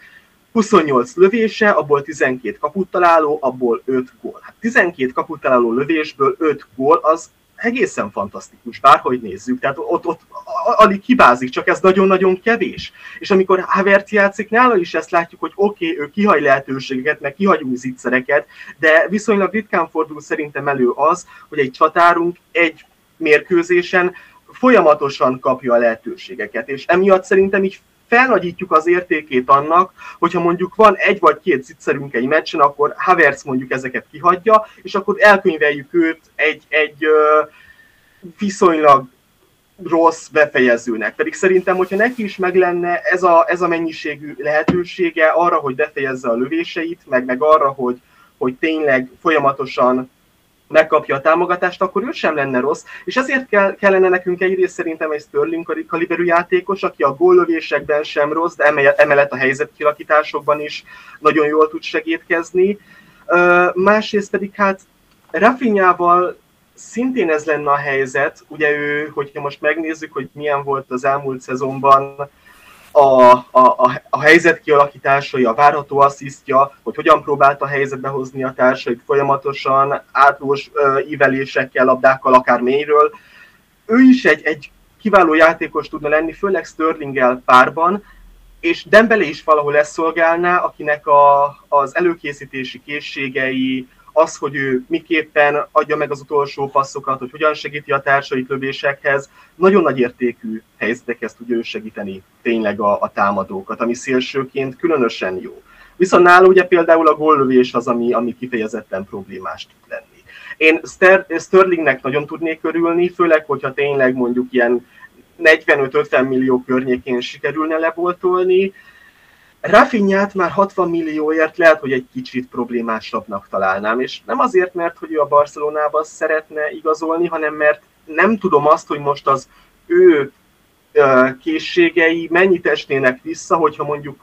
28 lövése, abból 12 kaput találó, abból 5 gól. Hát 12 kaput találó lövésből 5 gól, az egészen fantasztikus, bárhogy nézzük, tehát ott alig hibázik, csak ez nagyon-nagyon kevés. És amikor Havertz játszik, nála is ezt látjuk, hogy oké, ő kihagy lehetőségeket, meg kihagyunk zicsereket, de viszonylag ritkán fordul szerintem elő az, hogy egy csatárunk egy mérkőzésen folyamatosan kapja a lehetőségeket, és emiatt szerintem így felnagyítjuk az értékét annak, hogyha mondjuk van egy vagy két zicserünk egy meccsen, akkor Havertz mondjuk ezeket kihagyja, és akkor elkönyveljük őt egy viszonylag rossz befejezőnek. Pedig szerintem, hogyha neki is meg lenne ez a mennyiségű lehetősége arra, hogy befejezze a lövéseit, meg arra, hogy tényleg folyamatosan megkapja a támogatást, akkor ő sem lenne rossz, és ezért kellene nekünk egyrészt szerintem egy Sterling kaliberű játékos, aki a góllövésekben sem rossz, de emellett a helyzetkialakításokban is nagyon jól tud segítkezni. Másrészt pedig hát Rafinhával szintén ez lenne a helyzet, ugye ő, hogyha most megnézzük, hogy milyen volt az elmúlt szezonban a helyzet kialakításai, a várható asszisztja, hogy hogyan próbálta a helyzetbe hozni a társait folyamatosan, átlós ívelésekkel, labdákkal, akár mélyről. Ő is egy kiváló játékos tudna lenni, főleg Sterlinggel párban, és Dembélé is valahol ezt szolgálná, akinek az előkészítési készségei, az, hogy ő miképpen adja meg az utolsó passzokat, hogy hogyan segíti a társait lövésekhez, nagyon nagy értékű helyzetekhez tudja ő segíteni tényleg a támadókat, ami szélsőként különösen jó. Viszont nála ugye például a góllövés az, ami kifejezetten problémás tud lenni. Én Sterlingnek nagyon tudnék örülni, főleg, hogyha tényleg mondjuk ilyen 45-50 millió környékén sikerülne leboltolni. Rafinhát már 60 millióért lehet, hogy egy kicsit problémásabbnak találnám, és nem azért, mert hogy ő a Barcelonába szeretne igazolni, hanem mert nem tudom azt, hogy most az ő készségei mennyit esnének vissza, hogyha mondjuk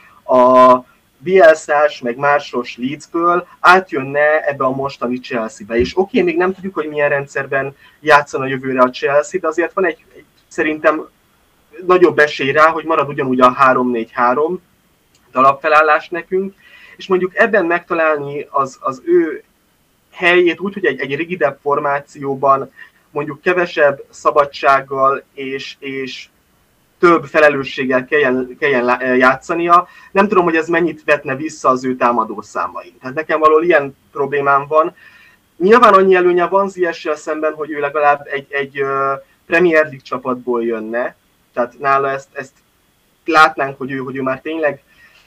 a Bielszás, meg Mársos Leedsből átjönne ebbe a mostani Chelsea-be. És oké, még nem tudjuk, hogy milyen rendszerben játszana jövőre a Chelsea, de azért van egy szerintem nagyobb esély rá, hogy marad ugyanúgy a 3-4-3 alapfelállás nekünk, és mondjuk ebben megtalálni az ő helyét úgy, hogy egy rigidebb formációban, mondjuk kevesebb szabadsággal és több felelősséggel kelljen játszania. Nem tudom, hogy ez mennyit vetne vissza az ő támadó számain. Tehát nekem valahol ilyen problémám van. Nyilván annyi előnye van Ziyech-sel szemben, hogy ő legalább egy Premier League csapatból jönne, tehát nála ezt látnánk, hogy ő már tényleg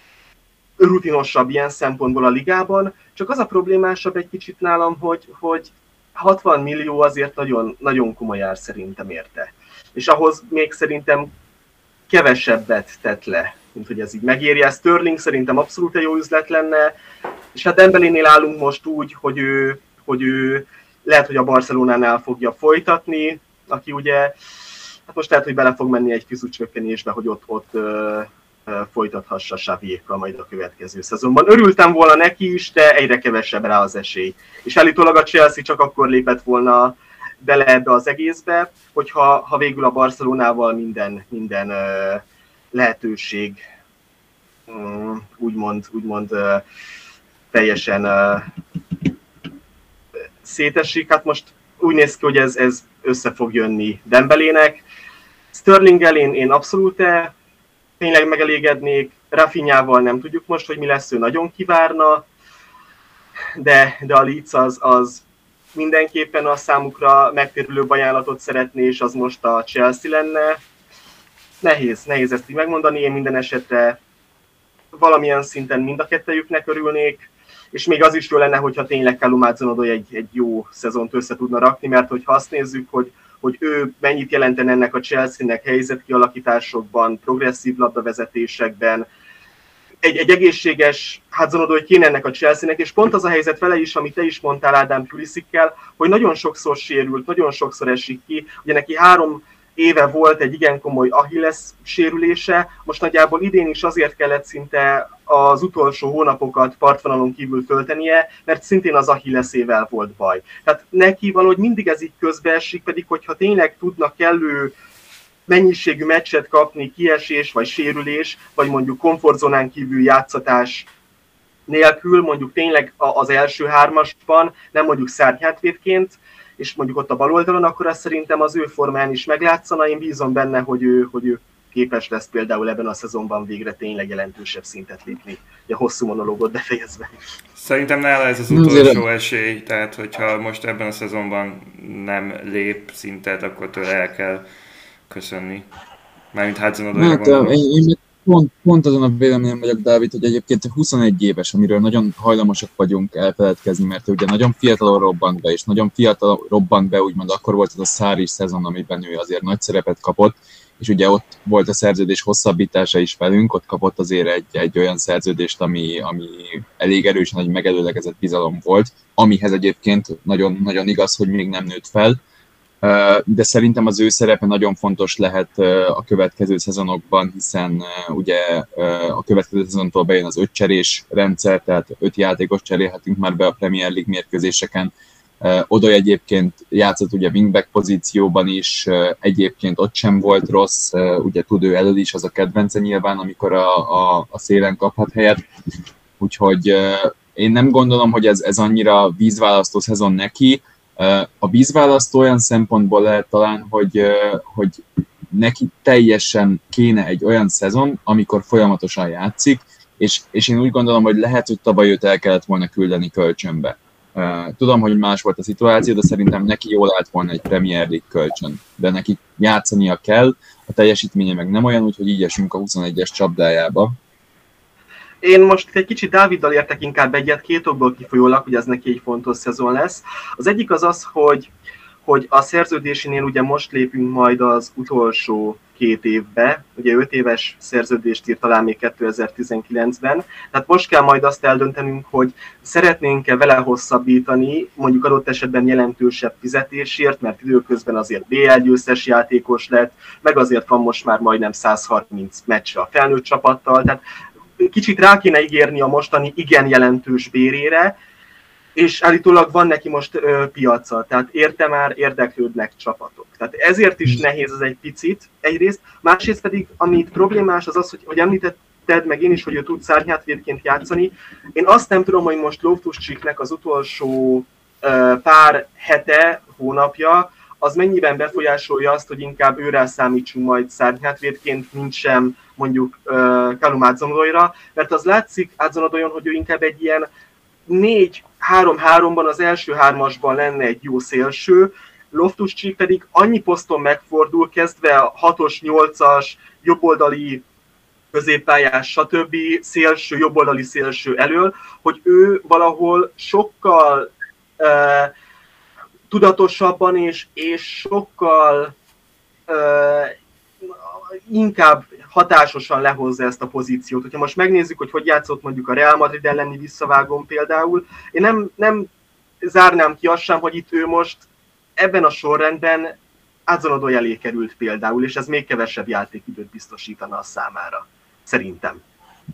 rutinosabb ilyen szempontból a ligában, csak az a problémásabb egy kicsit nálam, hogy 60 millió azért nagyon, nagyon komoly ár szerintem érte. És ahhoz még szerintem kevesebbet tett le, mint hogy ez így megéri. Sterling szerintem abszolút egy jó üzlet lenne, és hát Dembélénél állunk most úgy, hogy ő lehet, hogy a Barcelonánál fogja folytatni, aki ugye, hát most lehet, hogy bele fog menni egy fizucsökkenésbe, hogy ott folytathassa Xaviékkal majd a következő szezonban. Örültem volna neki is, de egyre kevesebb rá az esély. És állítólag a Chelsea csak akkor lépett volna bele ebbe az egészbe, hogyha végül a Barcelonával minden lehetőség úgymond teljesen szétesik. Hát most úgy néz ki, hogy ez össze fog jönni Dembélének. Sterlinggel én abszolút tényleg megelégednék, Rafinhával nem tudjuk most, hogy mi lesz, ő nagyon kivárna, de a Leeds az mindenképpen a számukra megtérülőbb ajánlatot szeretné, és az most a Chelsea lenne. Nehéz ezt így megmondani, én minden esetre valamilyen szinten mind a kettejüknek örülnék, és még az is jó lenne, hogyha tényleg Callum Hudson-Odoi egy jó szezont össze tudna rakni, mert hogyha azt nézzük, hogy ő mennyit jelenten ennek a Chelsea-nek helyzetkialakításokban, progresszív labdavezetésekben, egy egészséges Hudson-Odoi kéne ennek a Chelsea-nek, és pont az a helyzet vele is, amit te is mondtál Ádám Pulisickel, hogy nagyon sokszor sérült, nagyon sokszor esik ki, ugye neki 3 éve volt egy igen komoly Achilles sérülése, most nagyjából idén is azért kellett szinte az utolsó hónapokat partvonalon kívül töltenie, mert szintén az Achillesével volt baj. Tehát neki valahogy mindig ez így közbeesik, pedig hogyha tényleg tudnak kellő mennyiségű meccset kapni, kiesés vagy sérülés, vagy mondjuk komfortzónán kívül játszatás nélkül, mondjuk tényleg az első 3-asban, nem mondjuk szárnyhátvédként és mondjuk ott a bal oldalon, akkor azt szerintem az ő formán is meglátszana. Én bízom benne, hogy ő képes lesz például ebben a szezonban végre tényleg jelentősebb szintet lépni, a hosszú monológot befejezve. Szerintem nála ez az utolsó esély, tehát hogyha most ebben a szezonban nem lép szintet, akkor tőle el kell köszönni. Mármint Hudson-Odoi-ra gondolom. Én pont azon a véleményem vagyok, Dávid, hogy egyébként 21 éves, amiről nagyon hajlamosak vagyunk elfeledkezni, mert ugye nagyon fiatal robbant be, és nagyon fiatal robbant be, úgymond akkor volt az a Száris szezon, amiben ő azért nagy szerepet kapott, és ugye ott volt a szerződés hosszabbítása is velünk, ott kapott azért egy olyan szerződést, ami elég erősen egy megelőlegezett bizalom volt, amihez egyébként nagyon, nagyon igaz, hogy még nem nőtt fel, de szerintem az ő szerepe nagyon fontos lehet a következő szezonokban, hiszen ugye a következő szezontól bejön az 5 cserés rendszer, tehát 5 játékos cserélhetünk már be a Premier League mérkőzéseken. Odoi egyébként játszott ugye wingback pozícióban is, egyébként ott sem volt rossz, ugye tud ő elől is, az a kedvence nyilván, amikor a szélen kaphat helyet. Úgyhogy én nem gondolom, hogy ez annyira vízválasztó szezon neki. A vízválasztó olyan szempontból lehet talán, hogy neki teljesen kéne egy olyan szezon, amikor folyamatosan játszik, és én úgy gondolom, hogy lehet, hogy tavaly őt el kellett volna küldeni kölcsönbe. Tudom, hogy más volt a szituáció, de szerintem neki jól állt volna egy Premier League kölcsön. De neki játszania kell, a teljesítménye meg nem olyan, úgyhogy így esünk a 21-es csapdájába. Én most egy kicsit Dáviddal értek inkább egyet, két okból kifolyólag, hogy ez neki egy fontos szezon lesz. Az egyik az, hogy a szerződésénél ugye most lépünk majd az utolsó 2 évbe, ugye 5 éves szerződést írt talán még 2019-ben, tehát most kell majd azt eldöntenünk, hogy szeretnénk-e vele hosszabbítani, mondjuk adott esetben jelentősebb fizetésért, mert időközben azért BL győztes játékos lett, meg azért van most már majdnem 130 meccs a felnőtt csapattal, tehát kicsit rá kéne ígérni a mostani igen jelentős bérére, és állítólag van neki most piaca, tehát érte már érdeklődnek csapatok. Tehát ezért is nehéz ez egy picit egyrészt, másrészt pedig, amit problémás az az, hogy említetted meg én is, hogy ő tud szárnyhátvédként játszani. Én azt nem tudom, hogy most Loftus-Cheeknek az utolsó pár hete, hónapja, az mennyiben befolyásolja azt, hogy inkább őrá számítsunk majd szárnyhátvédként, mint sem mondjuk Callum Hudson-Odoira, mert az látszik Hudson-Odoion, hogy ő inkább egy ilyen 4-3-3-ban, az első 3-asban lenne egy jó szélső, Loftus-Cheek pedig annyi poszton megfordul, kezdve a 6-os, 8-as, jobboldali középpályás, stb. Szélső, jobboldali szélső elől, hogy ő valahol sokkal tudatosabban és sokkal inkább hatásosan lehozza ezt a pozíciót. Hogyha most megnézzük, hogy játszott mondjuk a Real Madrid elleni visszavágón például, én nem zárnám ki azt sem, hogy itt ő most ebben a sorrendben Hudson-Odoi elé került például, és ez még kevesebb játékidőt biztosítana a számára. Szerintem.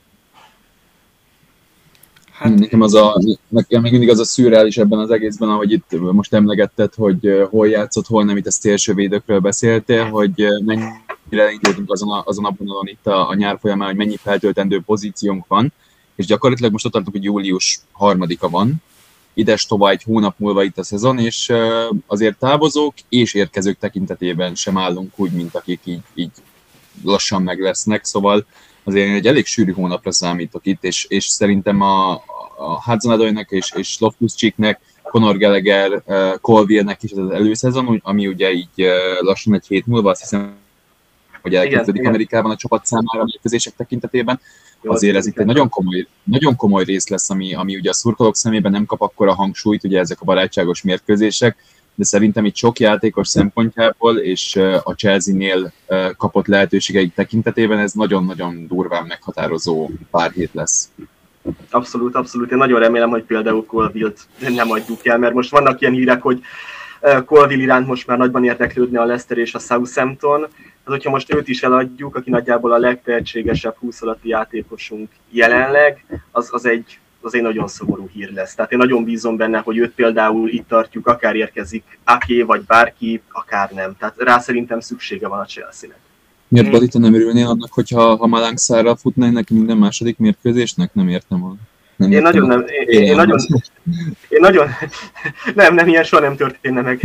Nekem még mindig az a szürreális ebben az egészben, ahogy itt most emlegetted, hogy hol játszott, hol nem, itt a szélsővédőkről beszéltél, hogy mennyire indultunk azon a vonalon itt a nyár folyamán, hogy mennyi feltöltendő pozíciónk van, és gyakorlatilag most ott tartunk, hogy július 3-a van, ides-tova egy hónap múlva itt a szezon, és azért távozók és érkezők tekintetében sem állunk úgy, mint akik így lassan meg lesznek, szóval azért egy elég sűrű hónapra számítok itt, és szerintem a Hudson-Odoinak és Loftus-Cheeknek, Conor Gallagher, Colville-nek is az előszezon, ami ugye így lassan egy hét múlva, azt hiszem, hogy elkezdődik Amerikában a csapat számára a mérkőzések tekintetében. Azért ez itt egy nagyon komoly rész lesz, ami ugye a szurkolók szemében nem kap akkora hangsúlyt, ugye ezek a barátságos mérkőzések, de szerintem itt sok játékos szempontjából és a Chelsea-nél kapott lehetőségeik tekintetében ez nagyon-nagyon durván meghatározó pár hét lesz. Abszolút, abszolút. Én nagyon remélem, hogy például Colville-t nem adjuk el, mert most vannak ilyen hírek, hogy Colville iránt most már nagyban érdeklődne a Leicester és a Southampton. Hát, hogyha most őt is eladjuk, aki nagyjából a legtehetségesebb 20 alatti játékosunk jelenleg, az egy nagyon szomorú hír lesz. Tehát én nagyon bízom benne, hogy őt például itt tartjuk, akár érkezik Ake, vagy bárki, akár nem. Tehát rá szerintem szüksége van a Chelsea-nek. Miért, Bali, te nem örülnél annak, hogyha Malang Sarral futnál neki minden második mérkőzésnek? Nem értem volna. Én nagyon nem, én nagyon, nem, ilyen soha nem történne meg.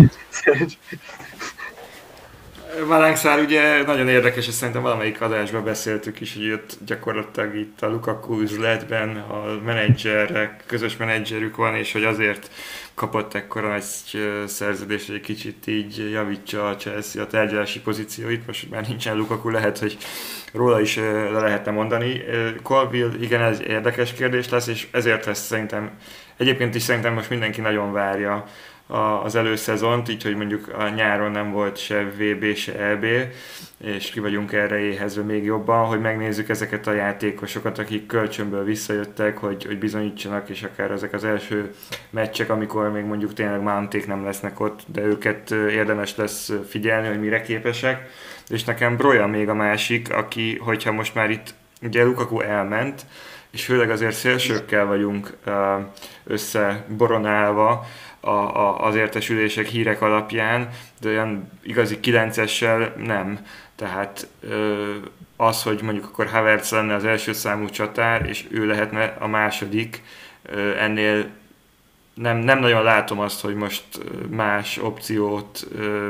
Malánkszár ugye nagyon érdekes, és szerintem valamelyik adásban beszéltük is, hogy ott gyakorlatilag itt a Lukaku üzletben a menedzserek, közös menedzserük van, és hogy azért kapott ekkora egy szerződést, hogy egy kicsit így javítsa a Chelsea a tárgyalási pozícióit. Most már nincsen Lukaku, lehet, hogy róla is le lehetne mondani. Colville, igen, ez egy érdekes kérdés lesz, és ezért lesz szerintem, egyébként is szerintem most mindenki nagyon várja az előszezont, így, hogy mondjuk a nyáron nem volt se VB, se EB, és ki vagyunk erre éhezve még jobban, hogy megnézzük ezeket a játékosokat, akik kölcsönből visszajöttek, hogy bizonyítsanak, és akár ezek az első meccsek, amikor még mondjuk tényleg Mounték nem lesznek ott, de őket érdemes lesz figyelni, hogy mire képesek. És nekem Broja még a másik, aki, hogyha most már itt ugye Lukaku elment, és főleg azért szélsőkkel vagyunk összeboronálva, az értesülések, hírek alapján, de olyan igazi 9-essel nem. Tehát az, hogy mondjuk akkor Havertz lenne az első számú csatár, és ő lehetne a második, ennél nem nagyon látom azt, hogy most más opciót,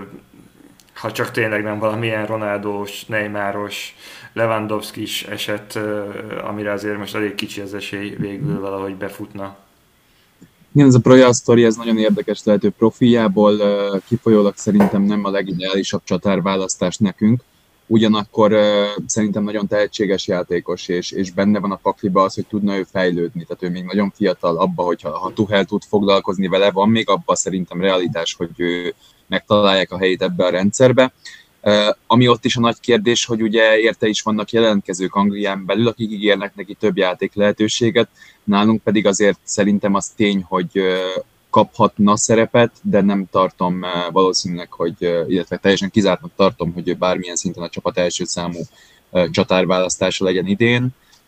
ha csak tényleg nem valamilyen Ronaldós, Neymaros, Lewandowski-s eset, amire azért most elég kicsi az esély végül valahogy befutna. Igen, ez a Broja sztori, ez nagyon érdekes lehet, ő profiljából kifolyólag szerintem nem a legideálisabb csatárválasztás nekünk, ugyanakkor szerintem nagyon tehetséges játékos, és benne van a pakliba az, hogy tudna ő fejlődni, tehát ő még nagyon fiatal abba, hogyha Tuchel tud foglalkozni vele, van még abba szerintem realitás, hogy ő megtalálják a helyét ebbe a rendszerbe. Ami ott is a nagy kérdés, hogy ugye érte is vannak jelentkezők Anglián belül, akik ígérnek neki több játék lehetőséget, nálunk pedig azért szerintem az tény, hogy kaphatna szerepet, de nem tartom valószínűleg, illetve teljesen kizártnak tartom, hogy bármilyen szinten a csapat első számú csatárválasztása legyen idén.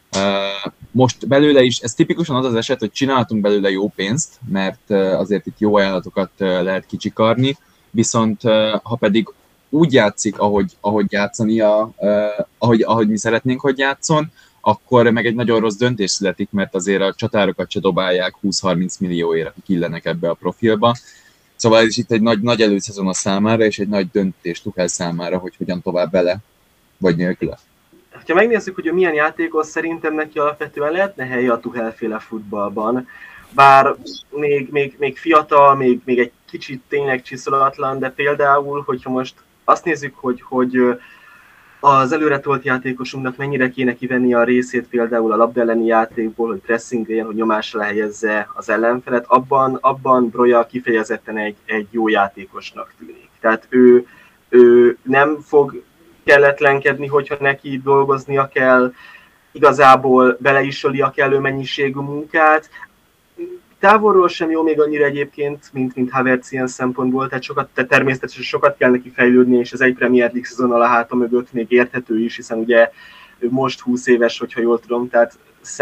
Most belőle is, ez tipikusan az az eset, hogy csináltunk belőle jó pénzt, mert azért itt jó ajánlatokat lehet kicsikarni, viszont ha pedig úgy játszik, ahogy játszania, ahogy mi szeretnénk, hogy játszon, akkor meg egy nagyon rossz döntés születik, mert azért a csatárokat se dobálják 20-30 millióért, akik illenek ebbe a profilba. Szóval ez is itt egy nagy előszezon a számára, és egy nagy döntés Tuchel számára, hogy hogyan tovább vele, vagy nélküle. Ha megnézzük, hogy milyen játékos, szerintem neki alapvetően lehetne helye a Tuchel-féle futballban. Bár még fiatal, még egy kicsit tényleg csiszolatlan, de például, hogyha most azt nézzük, hogy az előretolt játékosunknak mennyire kéne kivenni a részét például a labda elleni játékból, hogy pressingeljen, hogy nyomásra helyezze az ellenfelet, abban Broja kifejezetten egy jó játékosnak tűnik. Tehát ő nem fog kelletlenkedni, hogyha neki dolgoznia kell, igazából bele is öli a kellő mennyiségű munkát. Távolról sem jó még annyira egyébként, mint Havertz ilyen szempontból, tehát természetesen sokat kell neki fejlődni, és ez egy Premier League szezonnal a háta mögött még érthető is, hiszen ugye ő most 20 éves, hogyha jól tudom, tehát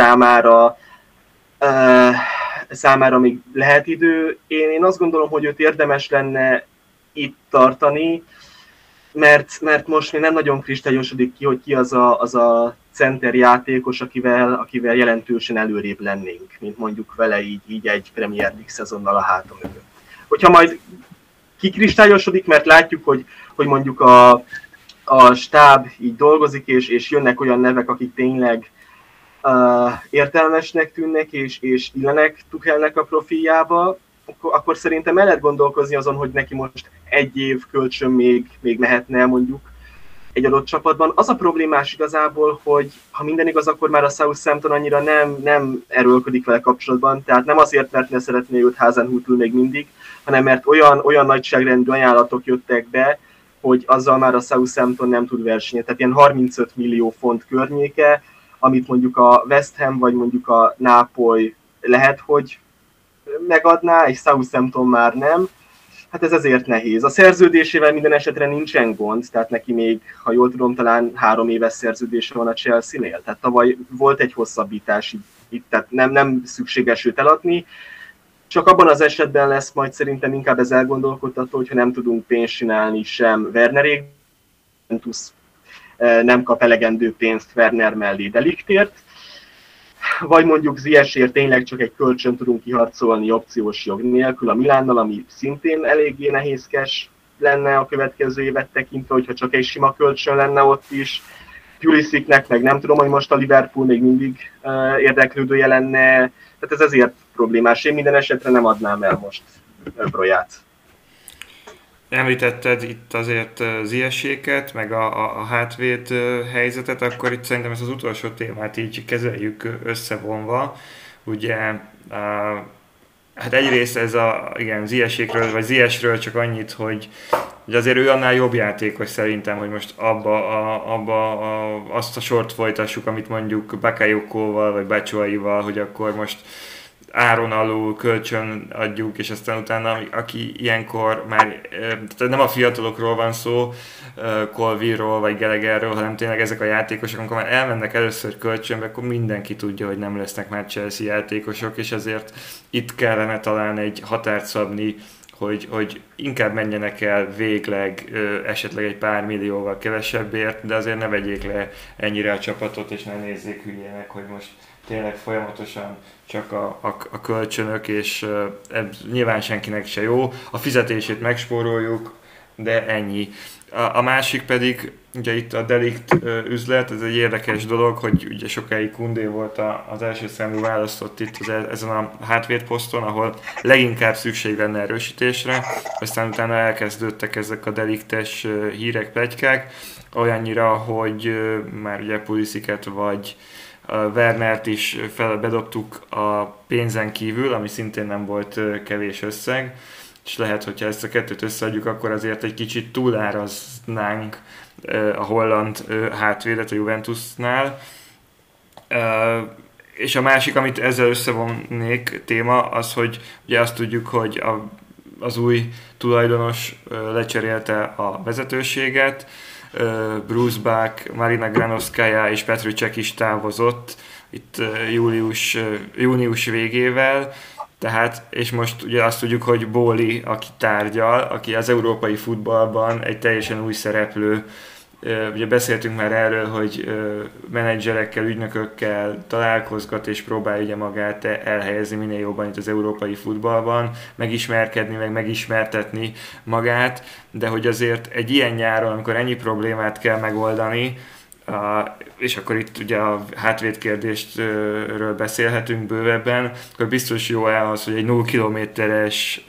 számára még lehet idő. Én azt gondolom, hogy őt érdemes lenne itt tartani, mert most még nem nagyon kristályosodik ki, hogy ki az a center játékos, akivel jelentősen előrébb lennénk, mint mondjuk vele így egy Premier League szezonnal a háta mögött. Hogyha majd kikristályosodik, mert látjuk, hogy mondjuk a stáb így dolgozik, és jönnek olyan nevek, akik tényleg értelmesnek tűnnek, és illenek Tuchelnek a profiljába, akkor szerintem el lehet gondolkozni azon, hogy neki most egy év kölcsön még mehetne mondjuk egy adott csapatban. Az a problémás igazából, hogy ha minden igaz, akkor már a Southampton annyira nem erőlködik vele kapcsolatban, tehát nem azért, mert ne szeretné őt Hasenhüttl még mindig, hanem mert olyan nagyságrendű ajánlatok jöttek be, hogy azzal már a Southampton nem tud versenyezni. Tehát ilyen 35 millió font környéke, amit mondjuk a West Ham vagy mondjuk a Nápoly lehet, hogy megadná, és Southampton már nem. Hát ez ezért nehéz. A szerződésével minden esetre nincsen gond, tehát neki még, ha jól tudom, talán 3 éves szerződése van a Chelsea-nél. Tehát tavaly volt egy hosszabbítás itt, tehát nem szükséges őt eladni. Csak abban az esetben lesz majd szerintem inkább ez elgondolkodtató, hogyha nem tudunk pénzt csinálni sem Wernerék, nem kap elegendő pénzt Werner mellé De Ligtért. vagy mondjuk Ziyechért tényleg csak egy kölcsön tudunk kiharcolni opciós jog nélkül a Milánnal, ami szintén eléggé nehézkes lenne a következő évet tekintve, hogyha csak egy sima kölcsön lenne ott is. Pulisicnek meg nem tudom, hogy most a Liverpool még mindig érdeklődője lenne, tehát ez ezért problémás. Én minden esetre nem adnám el most Broyát. Említetted itt azért Ziyechéket, meg a hátvéd helyzetet, akkor itt szerintem ezt az utolsó témát így kezeljük összevonva. Ugye, hát egyrészt ez Ziyechékről, vagy Ziyechről csak annyit, hogy azért ő annál jobb játékos szerintem, hogy most azt a sort folytassuk, amit mondjuk Bakayokóval, vagy Batshuayival, hogy akkor most áron alul kölcsön adjuk, és aztán utána, aki ilyenkor már, nem a fiatalokról van szó, Colville-ról vagy Gallagherről, hanem tényleg ezek a játékosok, amikor már elmennek először kölcsönbe, akkor mindenki tudja, hogy nem lesznek már Chelsea játékosok, és ezért itt kellene talán egy határt szabni, hogy inkább menjenek el végleg esetleg egy pár millióval kevesebbért, de azért ne vegyék le ennyire a csapatot, és ne nézzék hülyének, hogy most tényleg folyamatosan csak a kölcsönök, és nyilván senkinek se jó. A fizetését megspóroljuk, de ennyi. A másik pedig, ugye itt a De Ligt üzlet, ez egy érdekes dolog, hogy ugye sokáig Koundé volt az első számú választott itt ezen a hátvédposzton, ahol leginkább szükség lenne erősítésre, aztán utána elkezdődtek ezek a De Ligtes hírek, pletykák, olyannyira, hogy már ugye Pulisicet vagy Wernert is bedobtuk a pénzen kívül, ami szintén nem volt kevés összeg, és lehet, hogyha ezt a kettőt összeadjuk, akkor azért egy kicsit túláraznánk a holland hátvédet a Juventusnál. És a másik, amit ezzel összevonnék téma, az, hogy ugye azt tudjuk, hogy az új tulajdonos lecserélte a vezetőséget, Bruce Bach, Marina Granovskaya és Petr Cech is távozott itt június végével, tehát, és most ugye azt tudjuk, hogy Bowley, aki tárgyal, aki az európai futballban egy teljesen új szereplő. Ugye beszéltünk már erről, hogy menedzserekkel, ügynökökkel találkozgat és próbálja ugye magát elhelyezni minél jobban itt az európai futballban, megismerkedni, meg megismertetni magát, de hogy azért egy ilyen nyáron, amikor ennyi problémát kell megoldani, és akkor itt ugye a hátvéd kérdésről beszélhetünk bővebben, akkor biztos jó az, hogy egy 0 kilométeres,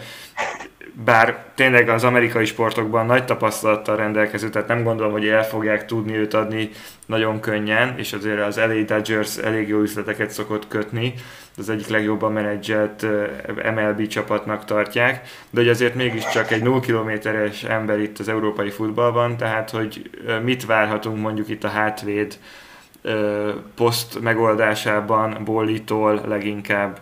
bár tényleg az amerikai sportokban nagy tapasztalattal rendelkező, tehát nem gondolom, hogy el fogják tudni őt adni nagyon könnyen, és azért az LA Dodgers elég jó üzleteket szokott kötni, az egyik legjobban menedzselt MLB csapatnak tartják, de hogy azért mégiscsak egy 0 kilométeres ember itt az európai futballban, tehát hogy mit várhatunk mondjuk itt a hátvéd poszt megoldásában Bowley-tól leginkább?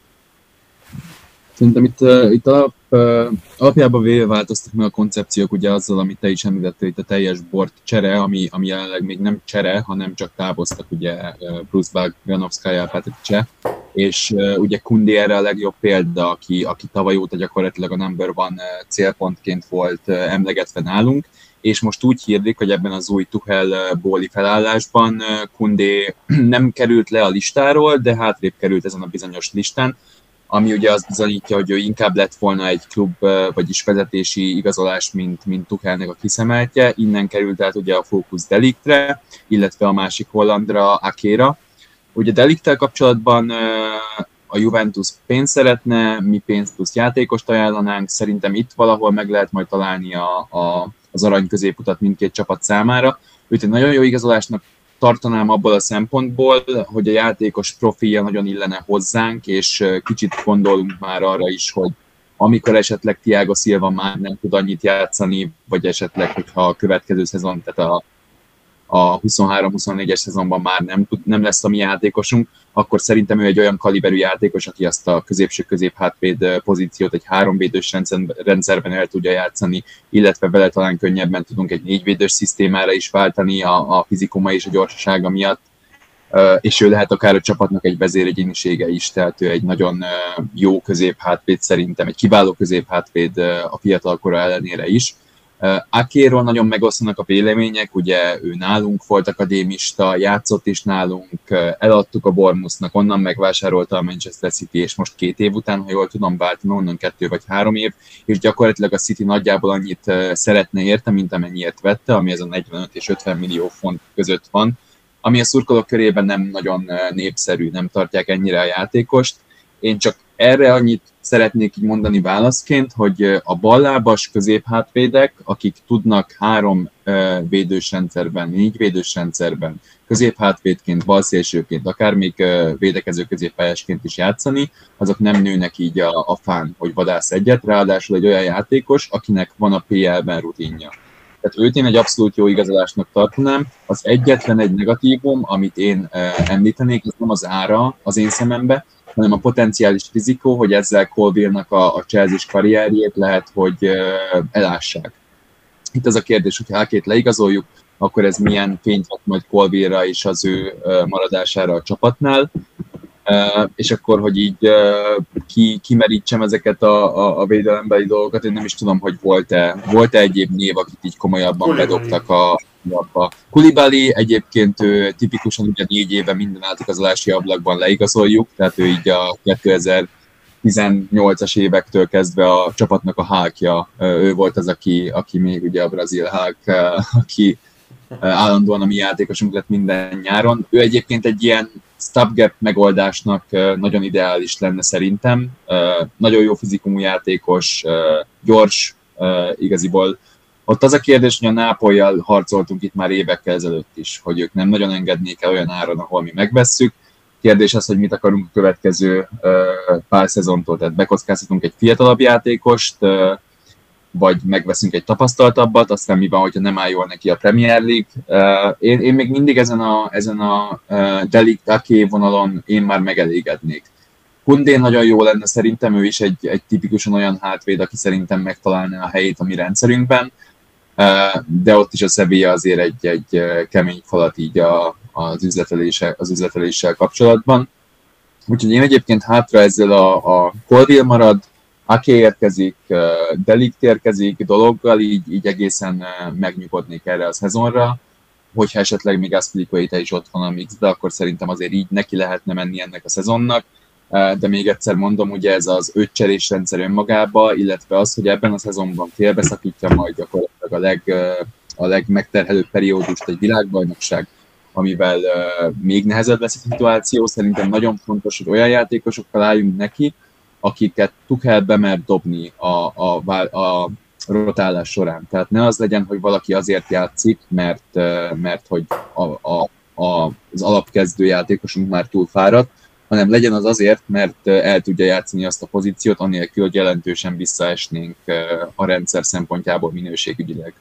Szerintem itt alapjában véve változtak meg a koncepciók, ugye azzal, amit te is említettél, itt a teljes bort csere, ami jelenleg még nem csere, hanem csak távoztak ugye Bruce Bach, Granovskaya, Petr Cech, és ugye Koundé erre a legjobb példa, aki tavaly óta gyakorlatilag a number one célpontként volt emlegetve nálunk, és most úgy hirdik, hogy ebben az új Tuchel-Bowley felállásban Koundé nem került le a listáról, de hátrébb került ezen a bizonyos listán, ami ugye azt bizonyítja, hogy ő inkább lett volna egy klub, vagyis vezetési igazolás, mint Tuchelnek a kiszemeltje. Innen került át ugye a fókusz De Ligtre, illetve a másik hollandra, Akéra. Ugye De Ligttel kapcsolatban a Juventus pénzt szeretne, mi pénzt plusz játékost ajánlanánk, szerintem itt valahol meg lehet majd találni az arany középutat mindkét csapat számára. Őt egy nagyon jó igazolásnak tartanám abból a szempontból, hogy a játékos profilja nagyon illene hozzánk, és kicsit gondolunk már arra is, hogy amikor esetleg Thiago Silva már nem tud annyit játszani, vagy esetleg, hogyha a következő szezon, tehát a 23-24-es szezonban már nem lesz a mi játékosunk, akkor szerintem ő egy olyan kaliberű játékos, aki azt a középső középhátvéd pozíciót egy 3-védős rendszerben el tudja játszani, illetve vele talán könnyebben tudunk egy 4-védős szisztémára is váltani a fizikuma és a gyorsasága miatt, és ő lehet akár a csapatnak egy vezéregyénisége is, tehát ő egy nagyon jó középhátvéd szerintem, egy kiváló középhátvéd a fiatalkora ellenére is. Akéról nagyon megosztanak a vélemények, ugye ő nálunk volt akadémista, játszott is nálunk, eladtuk a Bournemouthnak, onnan megvásárolta a Manchester City, és most 2 év után, ha jól tudom, vált onnan 2 vagy 3 év, és gyakorlatilag a City nagyjából annyit szeretne érte, mint amennyiért vette, ami ez a 45 és 50 millió font között van, ami a szurkolók körében nem nagyon népszerű, nem tartják ennyire a játékost. Én csak erre annyit szeretnék így mondani válaszként, hogy a ballábas középhátvédek, akik tudnak 3 védős rendszerben, 4 védős rendszerben, középhátvédként, balszélsőként, akár még védekező középpályásként is játszani, azok nem nőnek így a fán, hogy vadász egyet, ráadásul egy olyan játékos, akinek van a PL-ben rutinja. Tehát őt én egy abszolút jó igazolásnak tartanám. Az egyetlen egy negatívum, amit én említenék, az nem az ára az én szemembe, hanem a potenciális rizikó, hogy ezzel Colville-nak a Chelsea-s karrierjét lehet, hogy elássák. Itt az a kérdés, hogy Halkét leigazoljuk, akkor ez milyen fényt vet majd Colville-ra és az ő maradására a csapatnál, és akkor, hogy így kimerítsem ezeket a védelembeli dolgokat, én nem is tudom, hogy volt-e egyéb név, akit így komolyabban bedobtak a Koulibaly, egyébként ő tipikusan ugye 4 éve minden átigazolási ablakban leigazoljuk, tehát ő így a 2018-as évektől kezdve a csapatnak a Hulkja, ő volt az, aki még ugye a brazil Hulk, aki állandóan a mi játékosunk lett minden nyáron. Ő egyébként egy ilyen stopgap megoldásnak nagyon ideális lenne szerintem. Nagyon jó fizikumú játékos, gyors, igaziból. Ott az a kérdés, hogy a Nápolyjal harcoltunk itt már évekkel ezelőtt is, hogy ők nem nagyon engednék el olyan áron, ahol mi megvesszük. Kérdés az, hogy mit akarunk a következő pár szezontól, tehát bekockáztatunk egy fiatalabb játékost, vagy megveszünk egy tapasztaltabbat, aztán mi van, hogyha nem áll jól neki a Premier League. Én még mindig ezen a De Ligt Ake vonalon én már megelégednék. Koundé nagyon jó lenne szerintem, ő is egy tipikusan olyan hátvéd, aki szerintem megtalálná a helyét a mi rendszerünkben, de ott is a Sevilla azért egy kemény falat így az üzleteléssel kapcsolatban. Úgyhogy én egyébként hátra ezzel a Colville marad, Ake érkezik, De Ligt érkezik dologgal, így egészen megnyugodnék erre a szezonra. Hogyha esetleg még Azpilicueta is ott van a mixbe, akkor szerintem azért így neki lehetne menni ennek a szezonnak. De még egyszer mondom, ugye ez az 5 cserés rendszer önmagába, illetve az, hogy ebben a szezonban félbeszakítja majd gyakorlatilag a legmegterhelőbb periódust egy világbajnokság, amivel még nehezebb lesz a szituáció. Szerintem nagyon fontos, hogy olyan játékosokkal álljunk neki, akiket Tuchel bemer dobni a rotálás során. Tehát ne az legyen, hogy valaki azért játszik, mert hogy az alapkezdő játékosunk már túl fáradt, hanem legyen az azért, mert el tudja játszani azt a pozíciót, anélkül, hogy jelentősen visszaesnénk a rendszer szempontjából minőségügyileg.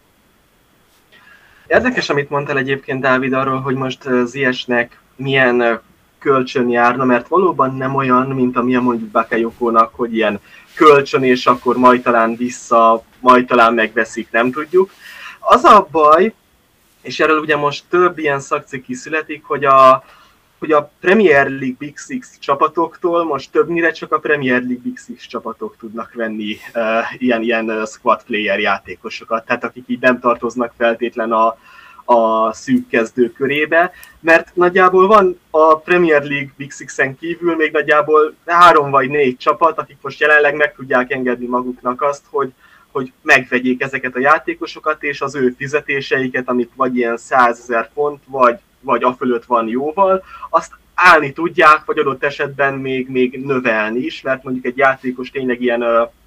Érdekes, amit mondtál egyébként, Dávid, arról, hogy most Ziyechnek milyen kölcsön járna, mert valóban nem olyan, mint amilyen mondjuk Bakayokónak, hogy ilyen kölcsön, és akkor majd talán vissza, majd talán megveszik, nem tudjuk. Az a baj, és erről ugye most több ilyen szakcikk születik, hogy a Premier League Big Six csapatoktól most többnyire csak a Premier League Big Six csapatok tudnak venni ilyen squad player játékosokat, tehát akik így nem tartoznak feltétlen a szűk kezdő körébe, mert nagyjából van a Premier League Big Six-en kívül még nagyjából 3 vagy 4 csapat, akik most jelenleg meg tudják engedni maguknak azt, hogy megvegyék ezeket a játékosokat, és az ő fizetéseiket, amik vagy ilyen 100 000 font, vagy afölött van jóval, azt állni tudják, vagy adott esetben még növelni is, mert mondjuk egy játékos tényleg ilyen